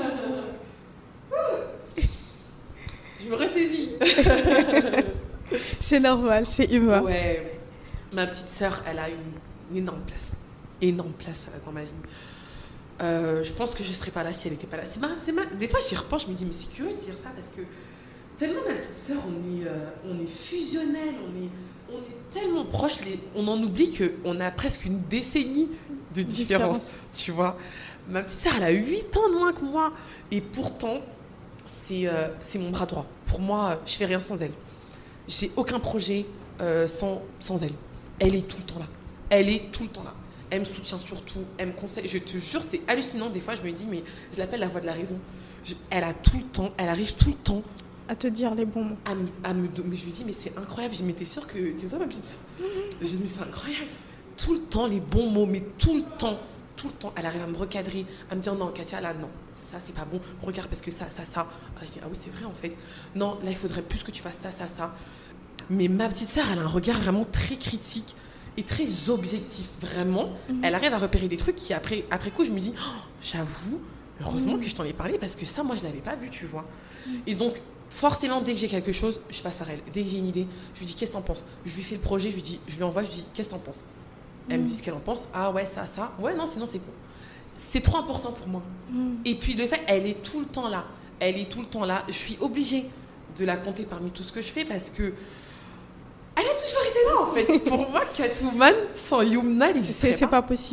Je me ressaisis. C'est normal, c'est humain. Ouais. Ma petite sœur, elle a une énorme place dans ma vie. Je pense que je ne serais pas là si elle n'était pas là. Des fois, j'y repense, je me dis, mais c'est curieux de dire ça parce que tellement ma petite sœur, on est fusionnels, on est tellement proches, on en oublie qu'on a presque une décennie de différence, tu vois. Ma petite sœur, elle a 8 ans de moins que moi. Et pourtant, c'est mon bras droit. Pour moi, je fais rien sans elle. J'ai aucun projet sans elle. Elle est tout le temps là. Elle me soutient surtout, elle me conseille. Je te jure, c'est hallucinant. Des fois, je me dis, mais je l'appelle la voix de la raison. Elle arrive tout le temps à te dire les bons mots. Mais je lui dis, mais c'est incroyable. Je m'étais sûre que t'es toi, ma petite sœur. Je me dis, mais c'est incroyable. Tout le temps, les bons mots, mais tout le temps, elle arrive à me recadrer, à me dire, non, Katia, là, non. Ça, c'est pas bon. Regarde, parce que ça. Ah, je dis, ah oui, c'est vrai, en fait. Non, là, il faudrait plus que tu fasses ça. Mais ma petite sœur, elle a un regard vraiment très critique et très objectif, vraiment. Elle arrive à repérer des trucs qui, après coup, je me dis, oh, j'avoue, heureusement que je t'en ai parlé parce que ça, moi, je l'avais pas vu, tu vois. Et donc, forcément, dès que j'ai quelque chose, je passe par elle. Dès que j'ai une idée, je lui dis, qu'est-ce que t'en penses ? Je lui fais le projet, je lui envoie, je lui dis, qu'est-ce que t'en penses ? Elle me dit ce qu'elle en pense. Ah ouais, ça. Ouais, non, sinon, c'est bon. C'est trop important pour moi. Et puis, le fait, elle est tout le temps là. Je suis obligée de la compter parmi tout ce que je fais parce que elle a toujours été là, en fait. Pour moi, Catwoman, sans Yumna, c'est pas possible.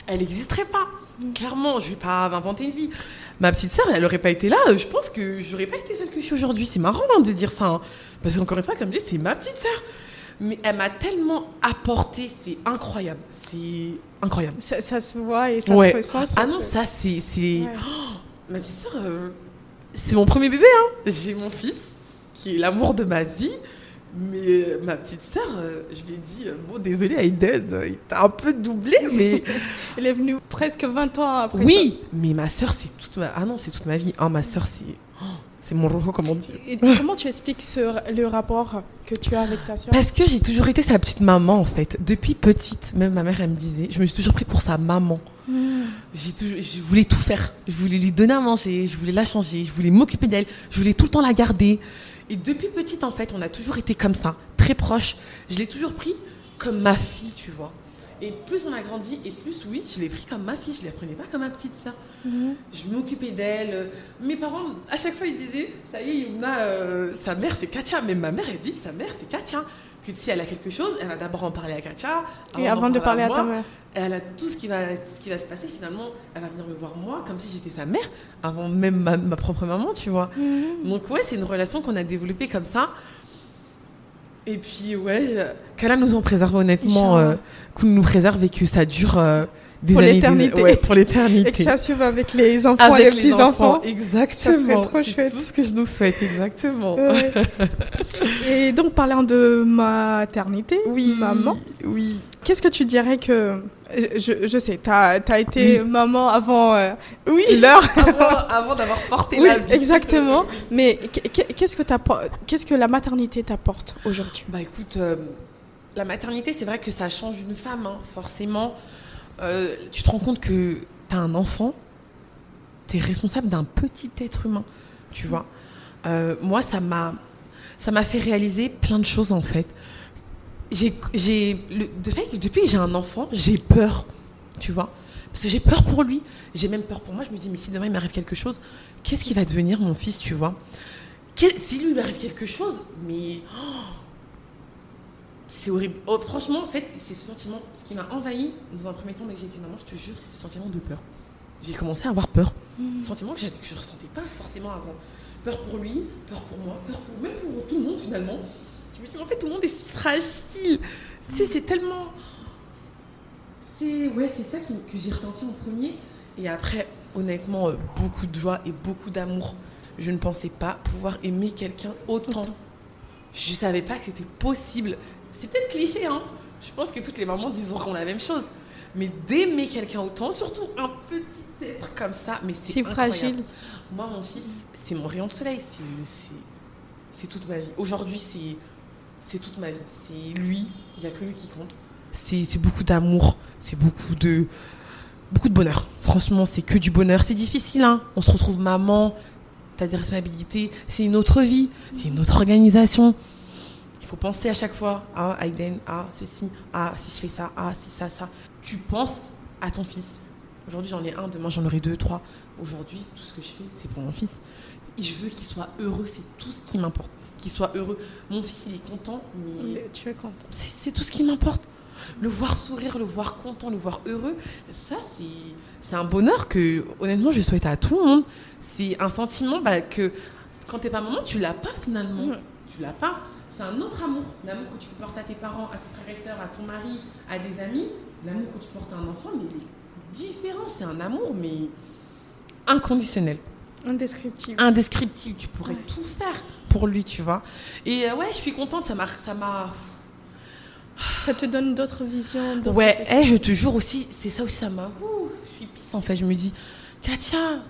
elle n'existerait pas. Clairement, je vais pas m'inventer une vie. Ma petite sœur, elle aurait pas été là. Je pense que j'aurais pas été celle que je suis aujourd'hui. C'est marrant de dire ça. Hein. Parce qu'encore une fois, comme je dis, c'est ma petite sœur. Mais elle m'a tellement apporté. C'est incroyable. C'est incroyable. Ça se voit et ça se ressent. Ça, c'est... Ouais. Oh, ma petite sœur, c'est mon premier bébé. Hein. J'ai mon fils, qui est l'amour de ma vie. Mais ma petite sœur, je lui ai dit, bon, désolée Aïden, il t'a un peu doublé, mais... Elle est venue presque 20 ans après. Oui, mais ma sœur, c'est toute ma vie. Hein, ma sœur, c'est mon roho, comme on dit. Et comment tu expliques le rapport que tu as avec ta sœur? Parce que j'ai toujours été sa petite maman, en fait. Depuis petite, même ma mère, elle me disait, je me suis toujours pris pour sa maman. Je voulais tout faire. Je voulais lui donner à manger, je voulais la changer, je voulais m'occuper d'elle, je voulais tout le temps la garder. Et depuis petite, en fait, on a toujours été comme ça, très proches. Je l'ai toujours pris comme ma fille, tu vois. Et plus on a grandi, et plus, oui, je l'ai pris comme ma fille. Je ne la prenais pas comme ma petite sœur. Je m'occupais d'elle. Mes parents, à chaque fois, ils disaient, ça y est, Yumna, sa mère, c'est Katia. Mais ma mère, elle dit, sa mère, c'est Katia. Que si elle a quelque chose, elle va d'abord en parler à Katia. Et avant de parler à ta mère. Elle a tout ce qui va se passer, finalement, elle va venir me voir moi, comme si j'étais sa mère, avant même ma propre maman, tu vois. Donc ouais, c'est une relation qu'on a développée comme ça. Et puis ouais, qu'Allah nous en préserve honnêtement, qu'on nous préserve et que ça dure des pour années. L'éternité. Pour l'éternité. Et que ça suive avec les enfants et les petits-enfants. Exactement. Ça serait trop chouette. C'est tout ce que je nous souhaite, exactement. Ouais. Et donc, parlant de maternité, maman, qu'est-ce que tu dirais que... Je sais, t'as été maman avant l'heure. avant d'avoir porté la vie. Exactement. Mais qu'est-ce que la maternité t'apporte aujourd'hui? Bah écoute, la maternité, c'est vrai que ça change une femme, hein, forcément. Tu te rends compte que t'as un enfant, t'es responsable d'un petit être humain, tu vois. Moi, ça m'a fait réaliser plein de choses, en fait. Depuis que j'ai un enfant, j'ai peur, tu vois. Parce que j'ai peur pour lui. J'ai même peur pour moi. Je me dis, mais si demain il m'arrive quelque chose, qu'est-ce qu'il va devenir, mon fils, tu vois. Si lui, il m'arrive quelque chose, mais... c'est horrible. Oh, franchement, en fait, c'est ce sentiment, ce qui m'a envahi dans un premier temps dès que j'ai été maman, je te jure, c'est ce sentiment de peur. J'ai commencé à avoir peur. Sentiment que je ne ressentais pas forcément avant. Peur pour lui, peur pour moi, même pour tout le monde finalement. Je me dis, en fait, tout le monde est si fragile. C'est tellement... C'est ça que j'ai ressenti en premier. Et après, honnêtement, beaucoup de joie et beaucoup d'amour. Je ne pensais pas pouvoir aimer quelqu'un autant. Je ne savais pas que c'était possible. C'est peut-être cliché, hein. Je pense que toutes les mamans diront la même chose. Mais d'aimer quelqu'un autant, surtout un petit être comme ça, mais c'est incroyable. Fragile. Moi, mon fils, c'est mon rayon de soleil. C'est toute ma vie. Aujourd'hui, c'est toute ma vie. C'est lui, il n'y a que lui qui compte. C'est beaucoup d'amour, c'est beaucoup de bonheur. Franchement, c'est que du bonheur. C'est difficile, hein. On se retrouve maman, t'as des responsabilités, c'est une autre vie, c'est une autre organisation. Il faut penser à chaque fois, ah, Aïden, ah, ceci, ah, si je fais ça, ah, si ça. Tu penses à ton fils. Aujourd'hui, j'en ai un, demain, j'en aurai 2, 3. Aujourd'hui, tout ce que je fais, c'est pour mon fils. Et je veux qu'il soit heureux, c'est tout ce qui m'importe. Qu'il soit heureux. Mon fils, il est content, mais... Tu es content. C'est tout ce qui m'importe. Le voir sourire, le voir content, le voir heureux, ça, c'est un bonheur que, honnêtement, je souhaite à tout le monde. C'est un sentiment que, quand t'es pas maman, tu l'as pas, finalement. Tu l'as pas. C'est un autre amour. L'amour que tu peux porter à tes parents, à tes frères et sœurs, à ton mari, à des amis. L'amour que tu portes à un enfant, mais il est différent. C'est un amour, mais inconditionnel. Indescriptible. Indescriptible. Tu pourrais tout faire pour lui, tu vois. Et je suis contente. Ça m'a... Ça te donne d'autres visions. Je te jure aussi, c'est ça aussi, ça m'a... je suis pisse, en fait. Je me dis, Katia,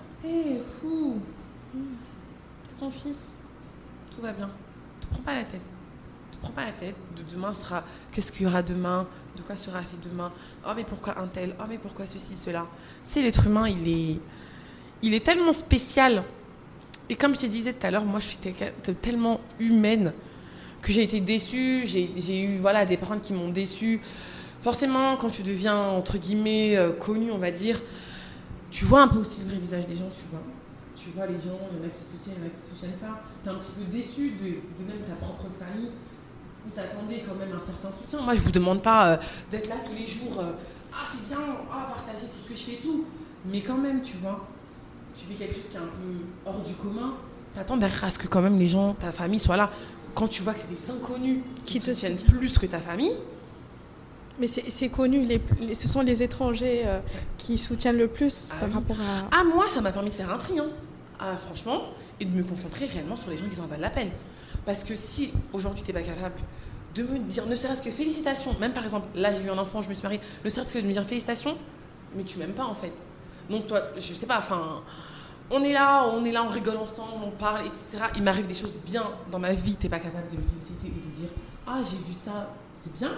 ton fils, tout va bien. Ne te prends pas la tête. De demain sera... Qu'est-ce qu'il y aura demain? De quoi sera fait demain? Oh, mais pourquoi un tel? Oh, mais pourquoi ceci, cela? C'est l'être humain, il est tellement spécial. Et comme je te disais tout à l'heure, moi, je suis tellement humaine que j'ai été déçue. J'ai eu des parents qui m'ont déçue. Forcément, quand tu deviens, entre guillemets, connu, on va dire, tu vois un peu aussi le vrai visage des gens, tu vois. Tu vois les gens, il y en a qui te soutiennent, il y en a qui ne te soutiennent pas. Tu es un petit peu déçu de même ta propre famille, où tu attendais quand même un certain soutien. Moi, je ne vous demande pas d'être là tous les jours. C'est bien, partager partager tout ce que je fais et tout. Mais quand même, tu vois, tu fais quelque chose qui est un peu hors du commun. T'attends derrière à ce que quand même les gens, ta famille soient là. Quand tu vois que c'est des inconnus qui te soutiennent plus que ta famille. Mais c'est connu, ce sont les étrangers qui soutiennent le plus par rapport à... Ah, moi, ça m'a permis de faire un tri, hein. Ah, franchement, et de me concentrer réellement sur les gens qui en valent la peine. Parce que si aujourd'hui t'es pas capable de me dire, ne serait-ce que félicitations, même par exemple, là j'ai eu un enfant, je me suis mariée, ne serait-ce que de me dire félicitations, mais tu m'aimes pas en fait. Donc toi, je sais pas, enfin, on est là, on rigole ensemble, on parle, etc. Il m'arrive des choses bien dans ma vie, t'es pas capable de me féliciter ou de dire, ah j'ai vu ça, c'est bien.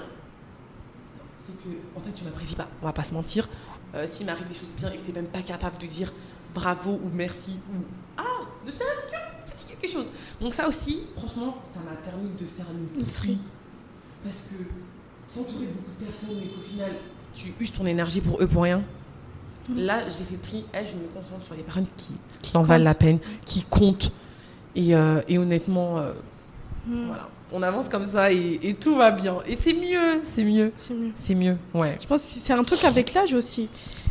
C'est que, en fait, tu m'apprécies pas, on va pas se mentir. S'il m'arrive des choses bien et que t'es même pas capable de dire bravo ou merci ou ah, ne serait-ce que petit quelque chose. Donc ça aussi, franchement, ça m'a permis de faire le tri. Parce que s'entourer de beaucoup de personnes et qu'au final, tu uses ton énergie pour eux pour rien. Là, j'ai fait le tri, je me concentre sur les personnes qui en valent la peine, qui comptent. Et honnêtement, voilà. On avance comme ça et tout va bien. Et c'est mieux. Ouais. Je pense que c'est un truc avec l'âge aussi.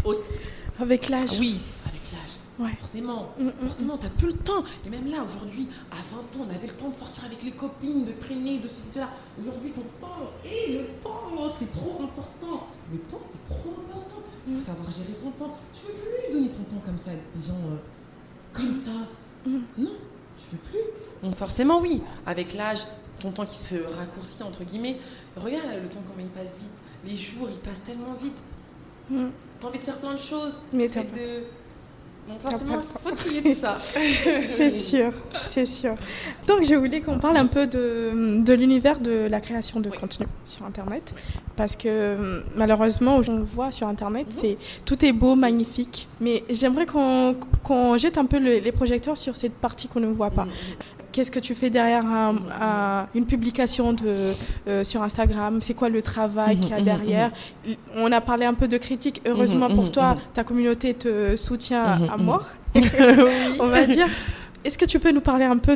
Avec l'âge. Ah oui, avec l'âge. Ouais. Forcément, t'as plus le temps. Et même là, aujourd'hui, à 20 ans, on avait le temps de sortir avec les copines, de traîner, de ceci, cela. Aujourd'hui, ton temps, le temps, c'est trop important. Le temps, c'est trop important. Il faut savoir gérer son temps. Tu peux plus donner ton temps comme ça à des gens comme ça. Non, tu peux plus. Donc forcément, oui, avec l'âge, ton temps qui se raccourcit, entre guillemets. Regarde là, le temps, comment il passe vite. Les jours, ils passent tellement vite. T'as envie de faire plein de choses. Mais Donc forcément, il faut trier tout ça. C'est sûr. Donc je voulais qu'on parle un peu de l'univers de la création de contenu sur Internet. Parce que malheureusement, on le voit sur Internet, tout est beau, magnifique. Mais j'aimerais qu'on jette un peu les projecteurs sur cette partie qu'on ne voit pas. Qu'est-ce que tu fais derrière une publication sur Instagram? C'est quoi le travail qu'il y a derrière? On a parlé un peu de critiques. Heureusement pour toi, ta communauté te soutient à mort, on va dire. Est-ce que tu peux nous parler un peu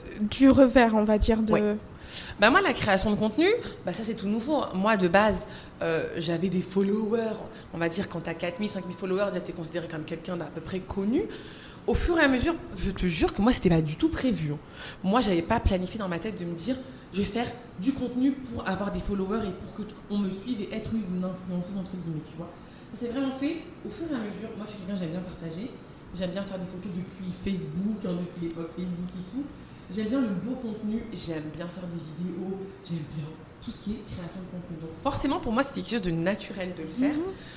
du revers, on va dire Bah moi, la création de contenu, ça c'est tout nouveau. Moi, de base, j'avais des followers. On va dire quand tu as 4000, 5000 followers, déjà tu es considéré comme quelqu'un d'à peu près connu. Au fur et à mesure, je te jure que moi, c'était pas du tout prévu. Moi, j'avais pas planifié dans ma tête de me dire, je vais faire du contenu pour avoir des followers et pour qu'on me suive et être une influenceuse, entre guillemets, tu vois. Ça s'est vraiment fait au fur et à mesure. Moi, je suis quelqu'un, j'aime bien partager. J'aime bien faire des photos depuis Facebook, depuis l'époque Facebook et tout. J'aime bien le beau contenu, j'aime bien faire des vidéos, j'aime bien tout ce qui est création de contenu. Donc forcément, pour moi, c'était quelque chose de naturel de le faire.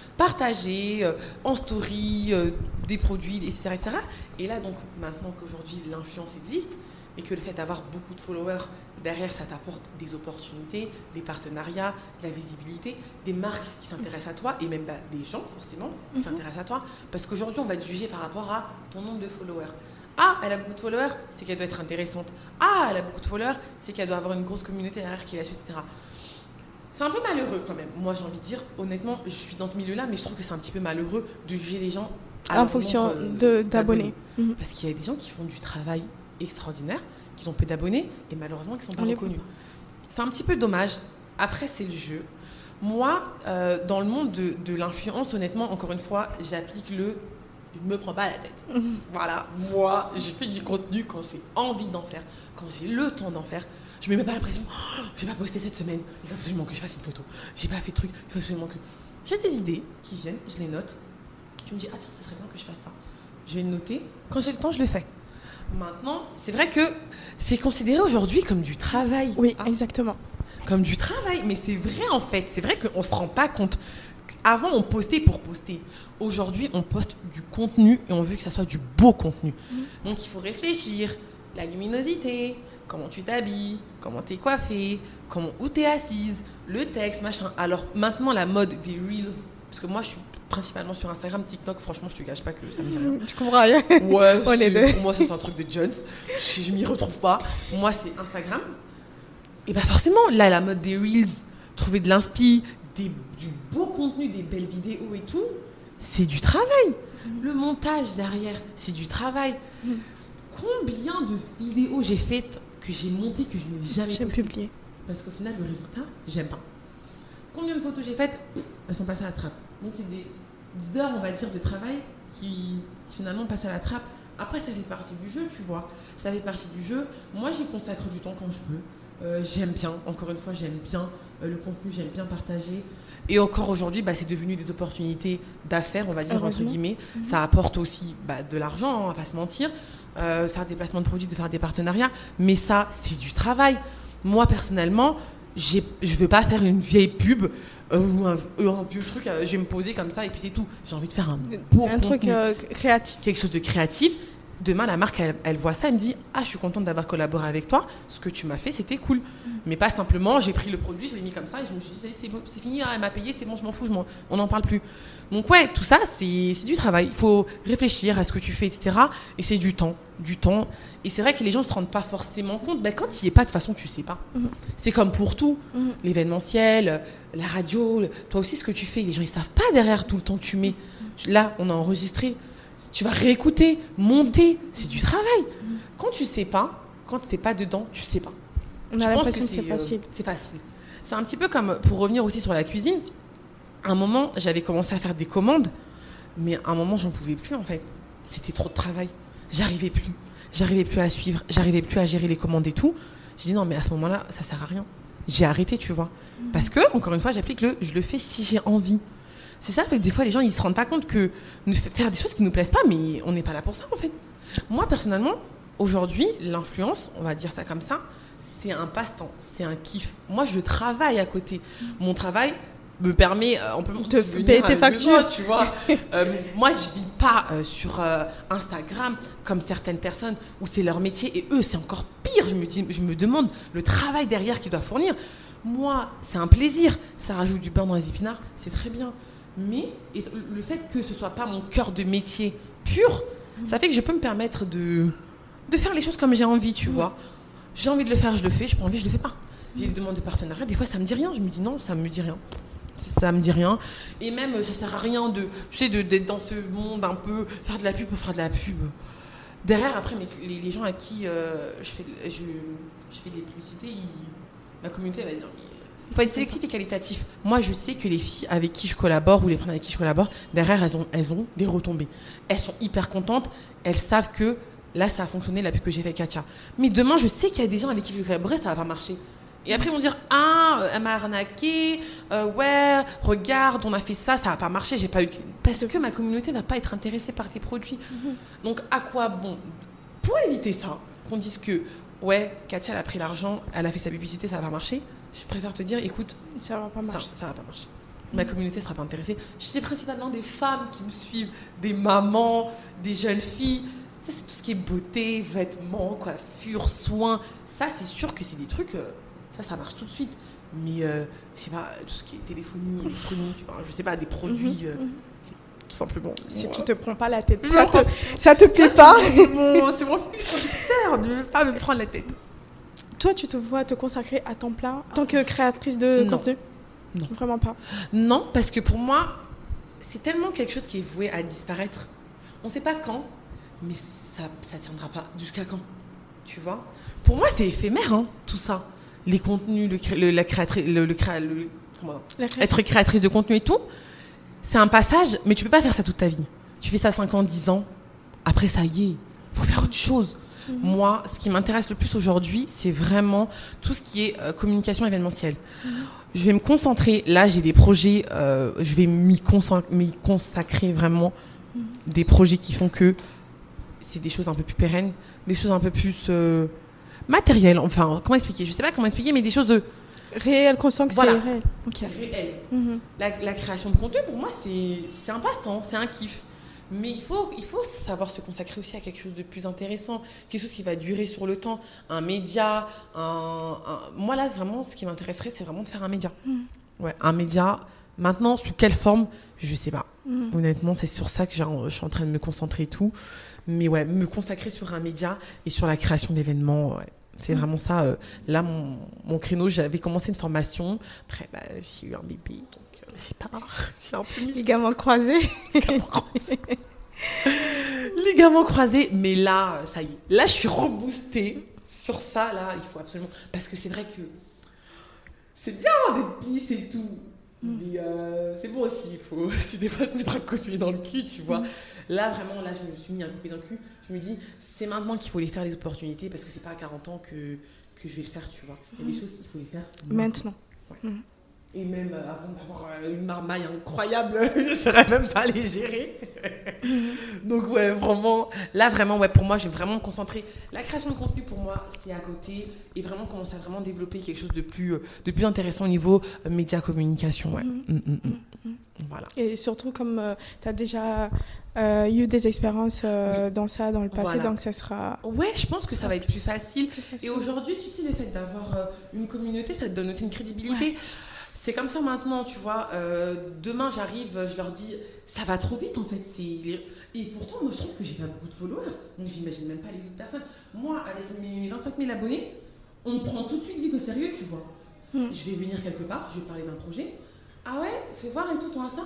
Partager en story des produits, etc., etc. Et là, donc, maintenant qu'aujourd'hui, l'influence existe et que le fait d'avoir beaucoup de followers, derrière, ça t'apporte des opportunités, des partenariats, de la visibilité, des marques qui s'intéressent à toi et même des gens, forcément, qui s'intéressent à toi. Parce qu'aujourd'hui, on va te juger par rapport à ton nombre de followers. Ah, elle a beaucoup de followers, c'est qu'elle doit être intéressante. Ah, elle a beaucoup de followers, c'est qu'elle doit avoir une grosse communauté derrière qui la suit, etc. C'est un peu malheureux quand même. Moi, j'ai envie de dire, honnêtement, je suis dans ce milieu-là, mais je trouve que c'est un petit peu malheureux de juger les gens en fonction d'abonnés. Parce qu'il y a des gens qui font du travail extraordinaire, qui ont peu d'abonnés et malheureusement qui ne sont pas reconnus. C'est un petit peu dommage. Après, c'est le jeu. Moi, dans le monde de l'influence, honnêtement, encore une fois, j'applique je ne me prends pas la tête. Voilà, moi, j'ai fait du contenu quand j'ai envie d'en faire, quand j'ai le temps d'en faire. Je ne me mets pas la pression. J'ai pas posté cette semaine, il faut absolument que je fasse une photo. J'ai pas fait de truc, il faut absolument que... J'ai des idées qui viennent, je les note. Je me dis, tiens, ça serait bien que je fasse ça. Je vais le noter. Quand j'ai le temps, je le fais. Maintenant, c'est vrai que c'est considéré aujourd'hui comme du travail. Oui, exactement. Comme du travail, mais c'est vrai en fait. C'est vrai qu'on ne se rend pas compte. Avant, on postait pour poster. Aujourd'hui, on poste du contenu et on veut que ça soit du beau contenu. Donc, il faut réfléchir. La luminosité, comment tu t'habilles, comment t'es coiffée, où t'es assise, le texte, machin. Alors, maintenant, la mode des Reels, parce que moi, je suis principalement sur Instagram, TikTok, franchement, je te cache pas que ça me dit rien. Tu comprends rien. Ouais, pour moi, ça, c'est un truc de Jones. Je m'y retrouve pas. Moi, c'est Instagram. Et forcément, là, la mode des Reels, trouver de l'inspi, du beau contenu, des belles vidéos et tout, c'est du travail. Le montage derrière, c'est du travail. Combien de vidéos j'ai faites, que j'ai montées, que je n'ai jamais publiées. Parce qu'au final, le résultat, j'aime pas. Combien de photos j'ai faites, elles sont passées à la trappe. Donc, c'est des heures, on va dire, de travail qui finalement passent à la trappe. Après, ça fait partie du jeu, tu vois. Ça fait partie du jeu. Moi, j'y consacre du temps quand je peux. J'aime bien, encore une fois, j'aime bien le contenu, j'aime bien partager. Et encore aujourd'hui, c'est devenu des opportunités d'affaires, on va dire, entre guillemets. Ça apporte aussi de l'argent, on va pas se mentir. Faire des placements de produits, de faire des partenariats. Mais ça, c'est du travail. Moi, personnellement, je veux pas faire une vieille pub ou un vieux truc, je vais me poser comme ça et puis c'est tout. J'ai envie de faire un beau contenu. Truc créatif. Quelque chose de créatif. Demain, la marque, elle voit ça, elle me dit « Ah, je suis contente d'avoir collaboré avec toi. Ce que tu m'as fait, c'était cool. » Mais pas simplement, j'ai pris le produit, je l'ai mis comme ça et je me suis dit « C'est fini, elle m'a payé, c'est bon, je m'en fous, on n'en parle plus. » Donc ouais, tout ça, c'est du travail. Il faut réfléchir à ce que tu fais, etc. Et c'est du temps. Et c'est vrai que les gens ne se rendent pas forcément compte. Quand il n'y est pas, de toute façon, tu ne sais pas. C'est comme pour tout. L'événementiel, la radio, toi aussi, ce que tu fais, les gens, ils ne savent pas derrière tout le temps que tu mets. Là, on a enregistré. Tu vas réécouter, monter, c'est du travail. Quand tu sais pas, quand tu n'es pas dedans, tu sais pas. On a l'impression que c'est facile. C'est facile. C'est un petit peu comme, pour revenir aussi sur la cuisine, à un moment, j'avais commencé à faire des commandes, mais à un moment, j'en pouvais plus en fait. C'était trop de travail. J'arrivais plus à suivre, j'arrivais plus à gérer les commandes et tout. J'ai dit non, mais à ce moment-là, ça sert à rien. J'ai arrêté, tu vois. Parce que, encore une fois, j'applique je le fais si j'ai envie. C'est ça que des fois les gens ils se rendent pas compte que faire des choses qui nous plaisent pas, mais on n'est pas là pour ça en fait. Moi personnellement, aujourd'hui, l'influence, on va dire ça comme ça, c'est un passe-temps, c'est un kiff. Moi je travaille à côté. Mon travail me permet de payer tes factures, tu vois. Moi je vis pas sur Instagram comme certaines personnes où c'est leur métier et eux c'est encore pire. Je me demande le travail derrière qu'ils doivent fournir. Moi, c'est un plaisir, ça rajoute du beurre dans les épinards, c'est très bien. Mais le fait que ce soit pas mon cœur de métier pur, ça fait que je peux me permettre de faire les choses comme j'ai envie, tu vois. J'ai envie de le faire, je le fais. J'ai pas envie, je le fais pas. J'ai des demandes de partenariat. Des fois, ça me dit rien. Je me dis non, ça me dit rien. Ça me dit rien. Et même, ça sert à rien d'être dans ce monde un peu, faire de la pub pour faire de la pub. Derrière, après, les gens à qui je fais des publicités, ma communauté va dire il faut être sélectif et qualitatif. Moi, je sais que les filles avec qui je collabore ou les personnes avec qui je collabore, derrière, elles ont des retombées. Elles sont hyper contentes. Elles savent que là, ça a fonctionné, la pub que j'ai fait avec Katia. Mais demain, je sais qu'il y a des gens avec qui je vais collaborer, ça va pas marcher. Et après, ils vont dire elle m'a arnaqué. Ouais, regarde, on a fait ça, ça va pas marché. J'ai pas eu. Parce que ma communauté va pas être intéressée par tes produits. Donc, à quoi bon? Pour éviter ça, qu'on dise que ouais, Katia, elle a pris l'argent, elle a fait sa publicité, ça va pas marcher. Je préfère te dire, écoute, ça va pas marcher. Ça va pas marcher. Ma communauté ne sera pas intéressée. J'ai principalement des femmes qui me suivent, des mamans, des jeunes filles. Ça, c'est tout ce qui est beauté, vêtements, coiffure, soins. Ça, c'est sûr que c'est des trucs, ça marche tout de suite. Mais, je sais pas, tout ce qui est téléphonie, électronique, je sais pas, des produits, tout simplement. Si tu te prends pas la tête, ça te plaît pas. C'est mon critère de ne pas me prendre la tête. Toi, tu te vois te consacrer à temps plein en tant que créatrice de contenu? Non. Vraiment pas? Non, parce que pour moi, c'est tellement quelque chose qui est voué à disparaître. On ne sait pas quand, mais ça tiendra pas. Jusqu'à quand? Tu vois? Pour moi, c'est éphémère, tout ça. Les contenus, être créatrice de contenu et tout, c'est un passage, mais tu peux pas faire ça toute ta vie. Tu fais ça 5 ans, 10 ans, après ça y est, faut faire autre chose. Moi, ce qui m'intéresse le plus aujourd'hui, c'est vraiment tout ce qui est communication événementielle. Je vais me concentrer, là j'ai des projets, je vais m'y consacrer vraiment, des projets qui font que c'est des choses un peu plus pérennes, des choses un peu plus matérielles, enfin, comment expliquer? Je sais pas comment expliquer, mais des choses réelles, conscientes que voilà. C'est réel. Okay. Réel. La création de contenu, pour moi, c'est un passe-temps, c'est un kiff. Mais il faut savoir se consacrer aussi à quelque chose de plus intéressant, quelque chose qui va durer sur le temps, un média. Moi là, vraiment, ce qui m'intéresserait, c'est vraiment de faire un média. Ouais, un média. Maintenant, sous quelle forme, je sais pas. Honnêtement, c'est sur ça que je suis en train de me concentrer et tout. Mais ouais, me consacrer sur un média et sur la création d'événements, ouais. C'est vraiment ça. Là, mon créneau, j'avais commencé une formation. Après, j'ai eu un bébé, donc je sais pas. J'ai un peu mis ligaments croisés. Ligaments croisés. Mais là, ça y est. Là, je suis reboostée sur ça. Là, il faut absolument. Parce que c'est vrai que c'est bien d'être bis et tout. Mais c'est bon aussi, il faut aussi des fois se mettre un coup de pied dans le cul, tu vois. Là, vraiment, là, je me suis mis un coup de pied dans le cul. Je me dis, c'est maintenant qu'il faut les faire, les opportunités, parce que c'est pas à 40 ans que je vais le faire, tu vois. Il y a des choses qu'il faut les faire maintenant. Ouais. Et même avant d'avoir une marmaille incroyable, je ne saurais même pas les gérer. Donc ouais, vraiment, là vraiment, ouais, pour moi, je vais vraiment me concentrer. La création de contenu, pour moi, c'est à côté. Et vraiment commencer à vraiment développer quelque chose de plus intéressant au niveau média communication. Ouais. Voilà. Et surtout, comme tu as déjà eu des expériences dans ça, dans le passé, voilà. Donc ça sera... Ouais, je pense que ça va être plus facile. Et aujourd'hui, tu sais, le fait d'avoir une communauté, ça te donne aussi une crédibilité. Ouais. C'est comme ça maintenant, tu vois. Demain, j'arrive, je leur dis, ça va trop vite en fait. Et pourtant, moi, je trouve que j'ai pas beaucoup de followers. Donc, j'imagine même pas les autres personnes. Moi, avec mes 25 000 abonnés, on me prend tout de suite vite au sérieux, tu vois. Je vais venir quelque part, je vais parler d'un projet. Ah ouais, fais voir et tout ton Insta.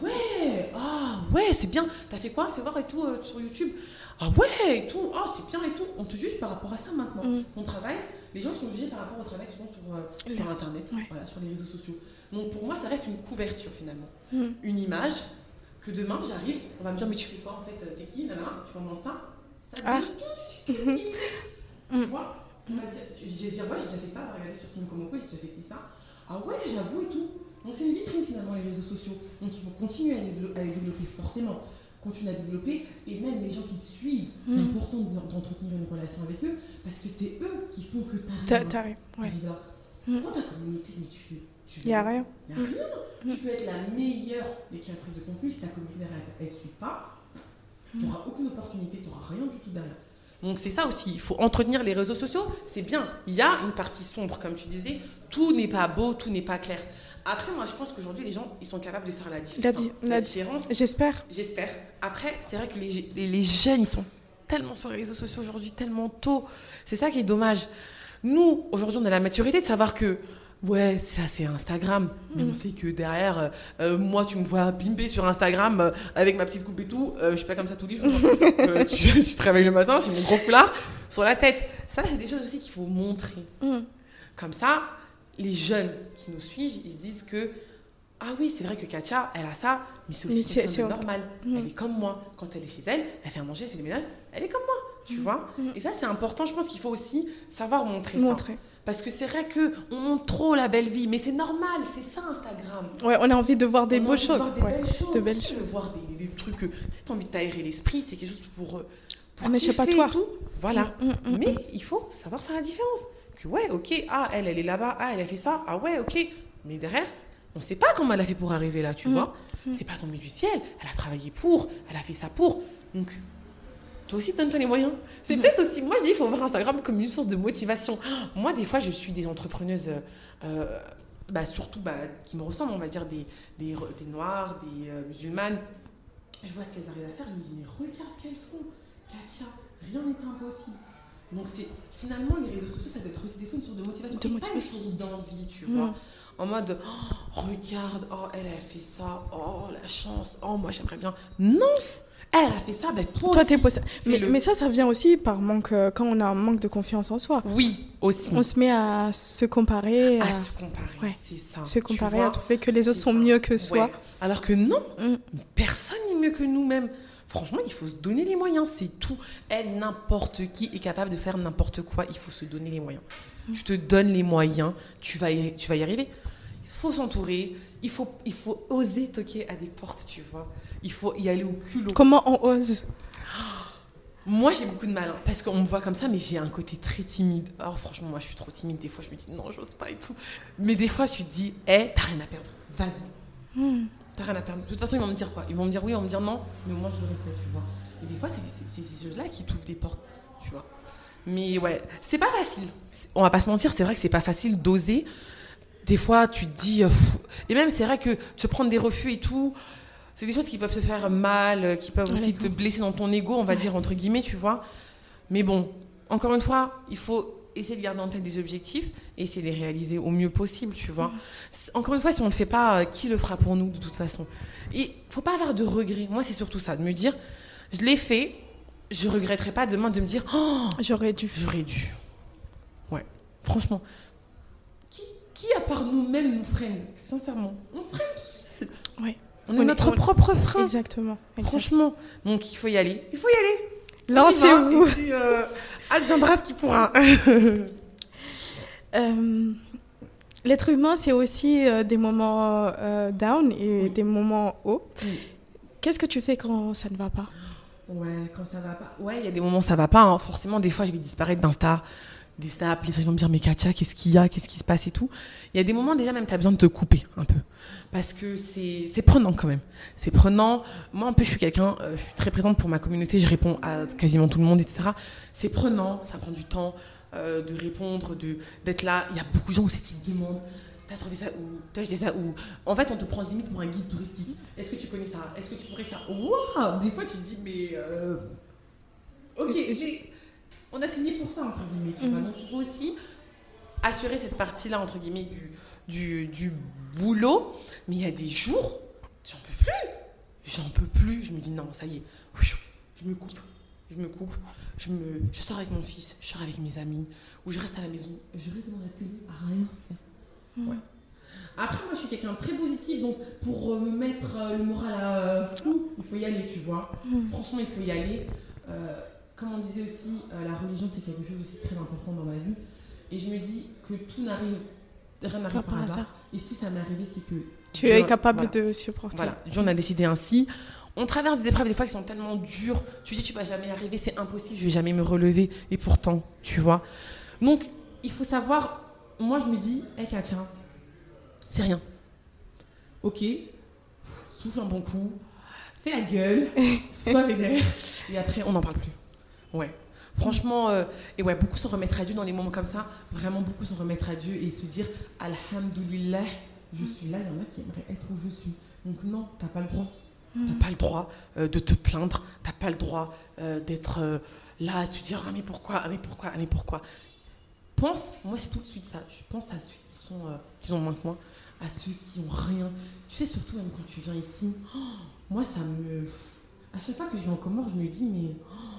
Ah ouais, c'est bien. T'as fait quoi? Fais voir et tout sur YouTube. Ah ouais, et tout. Ah, c'est bien et tout. On te juge par rapport à ça maintenant. Ton travail, les gens sont jugés par rapport au travail qu'ils font sur Internet, voilà, sur les réseaux sociaux. Donc pour moi, ça reste une couverture finalement. Une image que demain, j'arrive, on va me dire, mais tu fais quoi en fait? T'es qui? Nana, tu vois mon Insta? Ça te dit tout de suite. Tu vois? On va dire, j'ai déjà fait ça, on va regarder sur Team Komoko, j'ai déjà fait ça. Ah ouais, j'avoue et tout. Donc c'est une vitrine finalement, les réseaux sociaux. Donc il faut continuer à les développer forcément. Continuer à développer, et même les gens qui te suivent, c'est important d'entretenir une relation avec eux, parce que c'est eux qui font que t'arrives là. Sans ta communauté, mais il n'y a rien. Tu peux être la meilleure des créatrices de contenu, si ta communauté derrière elle ne suit pas, tu n'auras aucune opportunité, tu n'auras rien du tout derrière. Donc c'est ça aussi, il faut entretenir les réseaux sociaux, c'est bien. Il y a une partie sombre, comme tu disais, tout n'est pas beau, tout n'est pas clair. Après, moi, je pense qu'aujourd'hui, les gens, ils sont capables de faire la différence. J'espère. Après, c'est vrai que les jeunes, ils sont tellement sur les réseaux sociaux aujourd'hui, tellement tôt. C'est ça qui est dommage. Nous, aujourd'hui, on a la maturité de savoir que, ouais, ça, c'est Instagram. Mais on sait que derrière, moi, tu me vois bimber sur Instagram avec ma petite coupe et tout. Je suis pas comme ça tous les jours. Tu te réveilles le matin, j'ai mon gros foulard sur la tête. Ça, c'est des choses aussi qu'il faut montrer. Comme ça, les jeunes qui nous suivent, ils se disent que ah oui, c'est vrai que Katia, elle a ça, mais c'est aussi quelqu'un de normal. Elle est comme moi. Quand elle est chez elle, elle fait à manger, elle fait le ménage, elle est comme moi, tu vois. Et ça, c'est important. Je pense qu'il faut aussi savoir montrer ça. Parce que c'est vrai qu'on montre trop la belle vie, mais c'est normal, c'est ça Instagram. Ouais, on a envie de voir des belles choses. De belles choses. De voir des trucs, tu as envie de t'aérer l'esprit, c'est quelque chose pour échappatoire. Tout. Voilà. Mais il faut savoir faire la différence. Que ouais, ok, elle est là-bas, elle a fait ça, ah ouais, ok. Mais derrière, on ne sait pas comment elle a fait pour arriver là, tu vois. C'est pas tombé du ciel, elle a travaillé elle a fait ça pour. Donc, toi aussi, donne-toi les moyens. C'est peut-être aussi, moi je dis, il faut voir Instagram comme une source de motivation. Moi, des fois, je suis des entrepreneuses, surtout qui me ressemblent, on va dire, des Noirs, des musulmanes. Je vois ce qu'elles arrivent à faire, je me dis, mais regarde ce qu'elles font. Katia, rien n'est impossible. Donc, finalement, les réseaux sociaux, ça doit être aussi des fois une source de motivation. Pas une source d'envie, tu vois. En mode, regarde, elle a fait ça, la chance, moi j'aimerais bien. Non, elle a fait ça, toi t'es possible. Mais ça vient aussi par manque, quand on a un manque de confiance en soi. Oui, aussi. On se met à se comparer. C'est ça. Se comparer, à trouver que les autres sont mieux que soi. Ouais. Alors que non, personne n'est mieux que nous-mêmes. Franchement, il faut se donner les moyens, c'est tout. N'importe qui est capable de faire n'importe quoi, il faut se donner les moyens. Tu te donnes les moyens, tu vas y arriver. Il faut s'entourer, il faut oser toquer à des portes, tu vois. Il faut y aller au culot. Comment on ose? Moi, j'ai beaucoup de mal, parce qu'on me voit comme ça, mais j'ai un côté très timide. Alors franchement, moi, je suis trop timide. Des fois, je me dis, non, j'ose pas et tout. Mais des fois, tu te dis, t'as rien à perdre, vas-y. T'as rien à perdre. De toute façon, ils vont me dire quoi? Ils vont me dire oui, ils vont me dire non, mais moi, je l'aurais fait, tu vois. Et des fois, c'est ces choses-là qui t'ouvrent des portes, tu vois. Mais ouais, c'est pas facile. On va pas se mentir, c'est vrai que c'est pas facile d'oser. Des fois, tu te dis... Et même, c'est vrai que te prendre des refus et tout, c'est des choses qui peuvent te faire mal, qui peuvent aussi te blesser dans ton ego, on va dire, entre guillemets, tu vois. Mais bon, encore une fois, il faut essayer de garder en tête des objectifs et essayer de les réaliser au mieux possible, tu vois. Encore une fois, si on ne le fait pas, qui le fera pour nous, de toute façon? Et faut pas avoir de regrets. Moi, c'est surtout ça, de me dire, je l'ai fait, je regretterai pas demain de me dire, j'aurais dû. Ouais, franchement. Qui, à part nous-mêmes, nous freine? Sincèrement, on se freine tous seuls. Ouais. On est notre propre frein. Exactement. Franchement. Donc, il faut y aller. Lancez-vous. Et puis, adviendra ce qui pourra. L'être humain, c'est aussi des moments down et des moments hauts. Qu'est-ce que tu fais quand ça ne va pas? Ouais, quand ça va pas. Ouais, il y a des moments où ça va pas. Hein. Forcément, des fois, je vais disparaître d'Insta. Des snaps, les gens vont me dire, mais Katia, qu'est-ce qu'il y a? Qu'est-ce qui se passe et tout. Il y a des moments, déjà, même, tu as besoin de te couper un peu. Parce que c'est prenant quand même. C'est prenant. Moi, en plus, je suis quelqu'un, je suis très présente pour ma communauté. Je réponds à quasiment tout le monde, etc. C'est prenant. Ça prend du temps de répondre, d'être là. Il y a beaucoup de gens aussi qui te demandent. T'as trouvé ça où? T'as acheté ça où? En fait, on te prend limite pour un guide touristique. Est-ce que tu connais ça? Est-ce que tu pourrais ça? Waouh! Des fois, tu te dis, mais. Ok, on a signé pour ça, entre guillemets. Tu vois. Donc, il faut aussi assurer cette partie-là, entre guillemets, du boulot. Mais il y a des jours, j'en peux plus. Je me dis, non, ça y est. Je me coupe. Je sors avec mon fils, je sors avec mes amis, ou je reste à la maison, je reste devant la télé à rien faire. Ouais. Après, moi, je suis quelqu'un de très positif, donc pour me mettre le moral à il faut y aller, tu vois. Franchement, il faut y aller. Comme on disait aussi, la religion, c'est quelque chose aussi très important dans ma vie. Et je me dis que rien n'arrive par hasard. Et si ça m'est arrivé, c'est que tu es capable de supporter. Voilà, Dieu en a décidé ainsi. On traverse des épreuves des fois qui sont tellement dures. Tu dis, tu vas jamais y arriver, c'est impossible, je vais jamais me relever. Et pourtant, tu vois. Donc, il faut savoir. Moi, je me dis, Katia, c'est rien. Ok, souffle un bon coup, fais la gueule, sois vénère, et après, on n'en parle plus. Ouais. Franchement, et ouais, beaucoup s'en remettre à Dieu dans les moments comme ça. Vraiment, beaucoup s'en remettre à Dieu et se dire, Alhamdoulilah, je suis là, il y en a qui aimeraient être où je suis. Donc non, t'as pas le droit. T'as pas le droit de te plaindre, t'as pas le droit d'être là, tu te dis, mais pourquoi? Pense, moi c'est tout de suite ça, je pense à ceux qui ont moins que moi, à ceux qui ont rien. Tu sais, surtout même quand tu viens ici, moi ça me... À chaque fois que je viens en Comores, je me dis, mais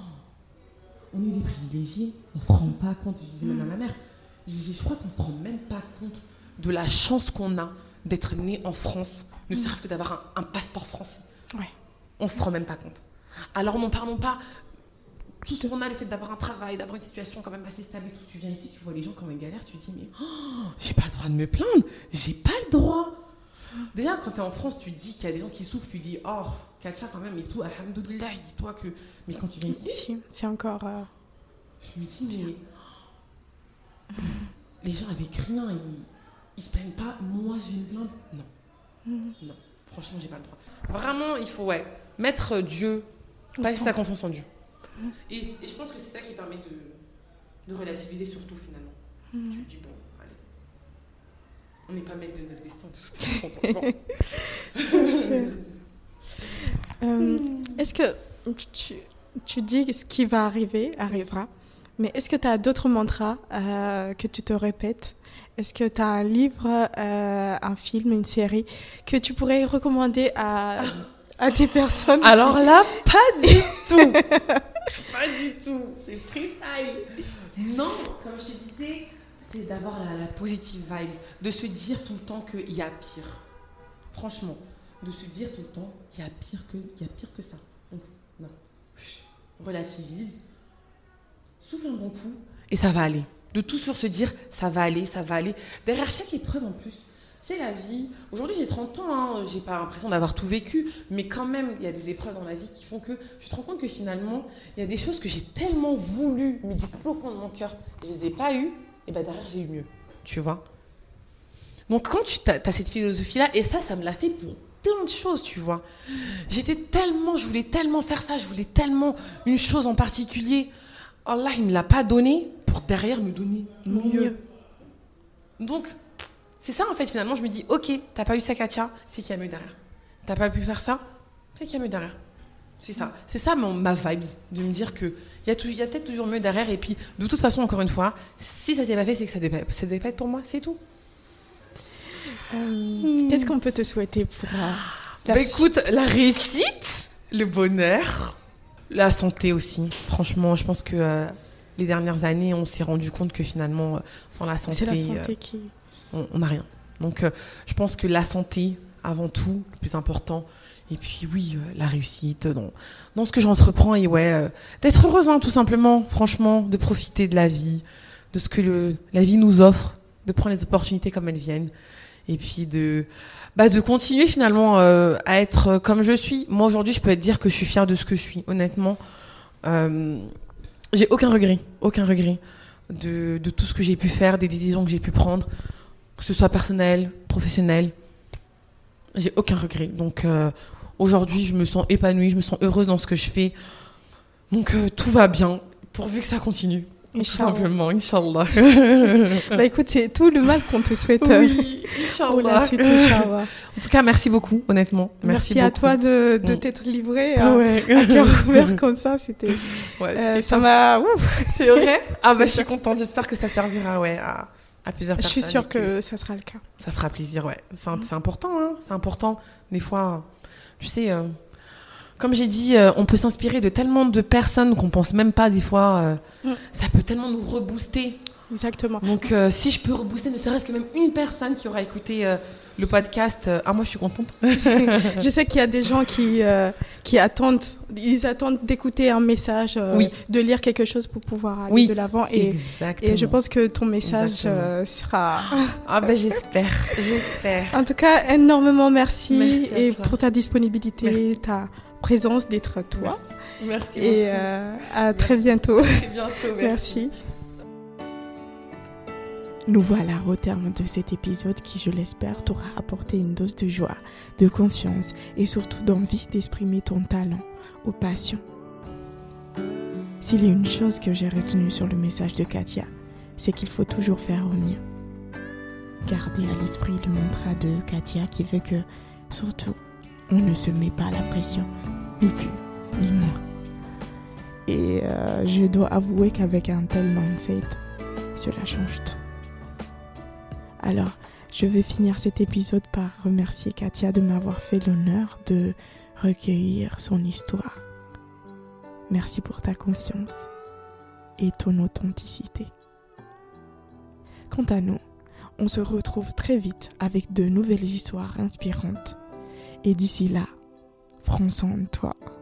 on est des privilégiés, on se rend pas compte. Je disais même à ma mère, je crois qu'on se rend même pas compte de la chance qu'on a d'être né en France, ne serait-ce que d'avoir un passeport français. Ouais. On se rend même pas compte. Alors n'en parlons pas. Tout ce qu'on a, le fait d'avoir un travail, d'avoir une situation quand même assez stable et tout, tu viens ici, tu vois les gens quand ils galèrent, tu te dis, mais j'ai pas le droit de me plaindre, j'ai pas le droit. Déjà, quand t'es en France, tu te dis qu'il y a des gens qui souffrent, tu te dis, oh, Katia quand même et tout, alhamdoulilah, dis-toi que... Mais quand tu viens ici... C'est encore... Je me dis, mais... Les gens avec rien, ils se plaignent pas, moi je vais me plaindre. Non, franchement, j'ai pas le droit. Vraiment, il faut, mettre Dieu, passer sa confiance en Dieu. Et je pense que c'est ça qui permet de relativiser surtout finalement. Tu te dis, bon, allez, on n'est pas maître de notre destin de toute façon. Est-ce que tu dis ce qui va arriver arrivera, mais est-ce que tu as d'autres mantras que tu te répètes? Est-ce que tu as un livre, un film, une série que tu pourrais recommander à des personnes? Alors là, pas du tout. Pas du tout. C'est freestyle. Non, comme je te disais, c'est d'avoir la positive vibe, de se dire tout le temps qu'il y a pire. Franchement, de se dire tout le temps qu'il y a pire que ça. Donc, non. Relativise. Souffle un bon coup et ça va aller. De toujours se dire, ça va aller. Derrière chaque épreuve en plus, c'est la vie. Aujourd'hui, j'ai 30 ans, j'ai pas l'impression d'avoir tout vécu, mais quand même, il y a des épreuves dans la vie qui font que tu te rends compte que finalement, il y a des choses que j'ai tellement voulu, mais du plus profond de mon cœur, je les ai pas eues, et ben derrière, j'ai eu mieux. Tu vois? Donc, quand tu as cette philosophie-là, et ça me l'a fait pour plein de choses, tu vois. Je voulais tellement faire ça, je voulais tellement une chose en particulier. Allah, il me l'a pas donné pour derrière me donner mieux. Donc, c'est ça en fait, finalement, je me dis, ok, t'as pas eu ça, Katia, c'est qu'il y a mieux derrière. T'as pas pu faire ça, c'est qu'il y a mieux derrière. C'est ça ma vibe, de me dire qu'il y a peut-être toujours mieux derrière, et puis de toute façon, encore une fois, si ça s'est pas fait, c'est que ça devait pas être pour moi, c'est tout. Qu'est-ce qu'on peut te souhaiter pour écoute, la réussite, le bonheur, la santé aussi. Franchement, je pense que les dernières années, on s'est rendu compte que finalement, sans la santé... C'est la santé qui... on n'a rien. Donc, je pense que la santé, avant tout, le plus important. Et puis, oui, la réussite dans ce que j'entreprends. Et d'être heureuse, hein, tout simplement, franchement, de profiter de la vie, de ce que la vie nous offre, de prendre les opportunités comme elles viennent. Et puis, de continuer, finalement, à être comme je suis. Moi, aujourd'hui, je peux te dire que je suis fière de ce que je suis, honnêtement. J'ai aucun regret de tout ce que j'ai pu faire, des décisions que j'ai pu prendre, que ce soit personnel, professionnel. J'ai aucun regret. Donc aujourd'hui, je me sens épanouie, je me sens heureuse dans ce que je fais. Donc tout va bien, pourvu que ça continue. Tout simplement, Inch'Allah. Écoute, c'est tout le mal qu'on te souhaite. Oui, Inch'Allah. Pour la suite, Inch'Allah. En tout cas, merci beaucoup, honnêtement. Merci à toi de t'être livré à cœur ouvert comme ça. C'était ça m'a... C'est vrai. Je suis contente. J'espère que ça servira à plusieurs personnes. Je suis sûre que ça sera le cas. Ça fera plaisir, ouais. C'est important, hein. C'est important. Des fois, tu sais... Comme j'ai dit, on peut s'inspirer de tellement de personnes qu'on pense même pas des fois. Ça peut tellement nous rebooster. Exactement. Donc, si je peux rebooster ne serait-ce que même une personne qui aura écouté le podcast, moi je suis contente. Je sais qu'il y a des gens qui attendent, ils attendent d'écouter un message, de lire quelque chose pour pouvoir aller de l'avant. Et je pense que ton message sera... J'espère. En tout cas, énormément merci et pour ta disponibilité, ta présence, d'être toi. Merci. Et à très bientôt. Très bientôt, merci. Nous voilà au terme de cet épisode qui, je l'espère, t'aura apporté une dose de joie, de confiance et surtout d'envie d'exprimer ton talent ou passion. S'il y a une chose que j'ai retenue sur le message de Katia, c'est qu'il faut toujours faire au mieux. Gardez à l'esprit le mantra de Katia qui veut que, surtout, on ne se met pas la pression, ni plus, ni moins. Et je dois avouer qu'avec un tel mindset, cela change tout. Alors, je vais finir cet épisode par remercier Katia de m'avoir fait l'honneur de recueillir son histoire. Merci pour ta confiance et ton authenticité. Quant à nous, on se retrouve très vite avec de nouvelles histoires inspirantes. Et d'ici là, prends soin de toi.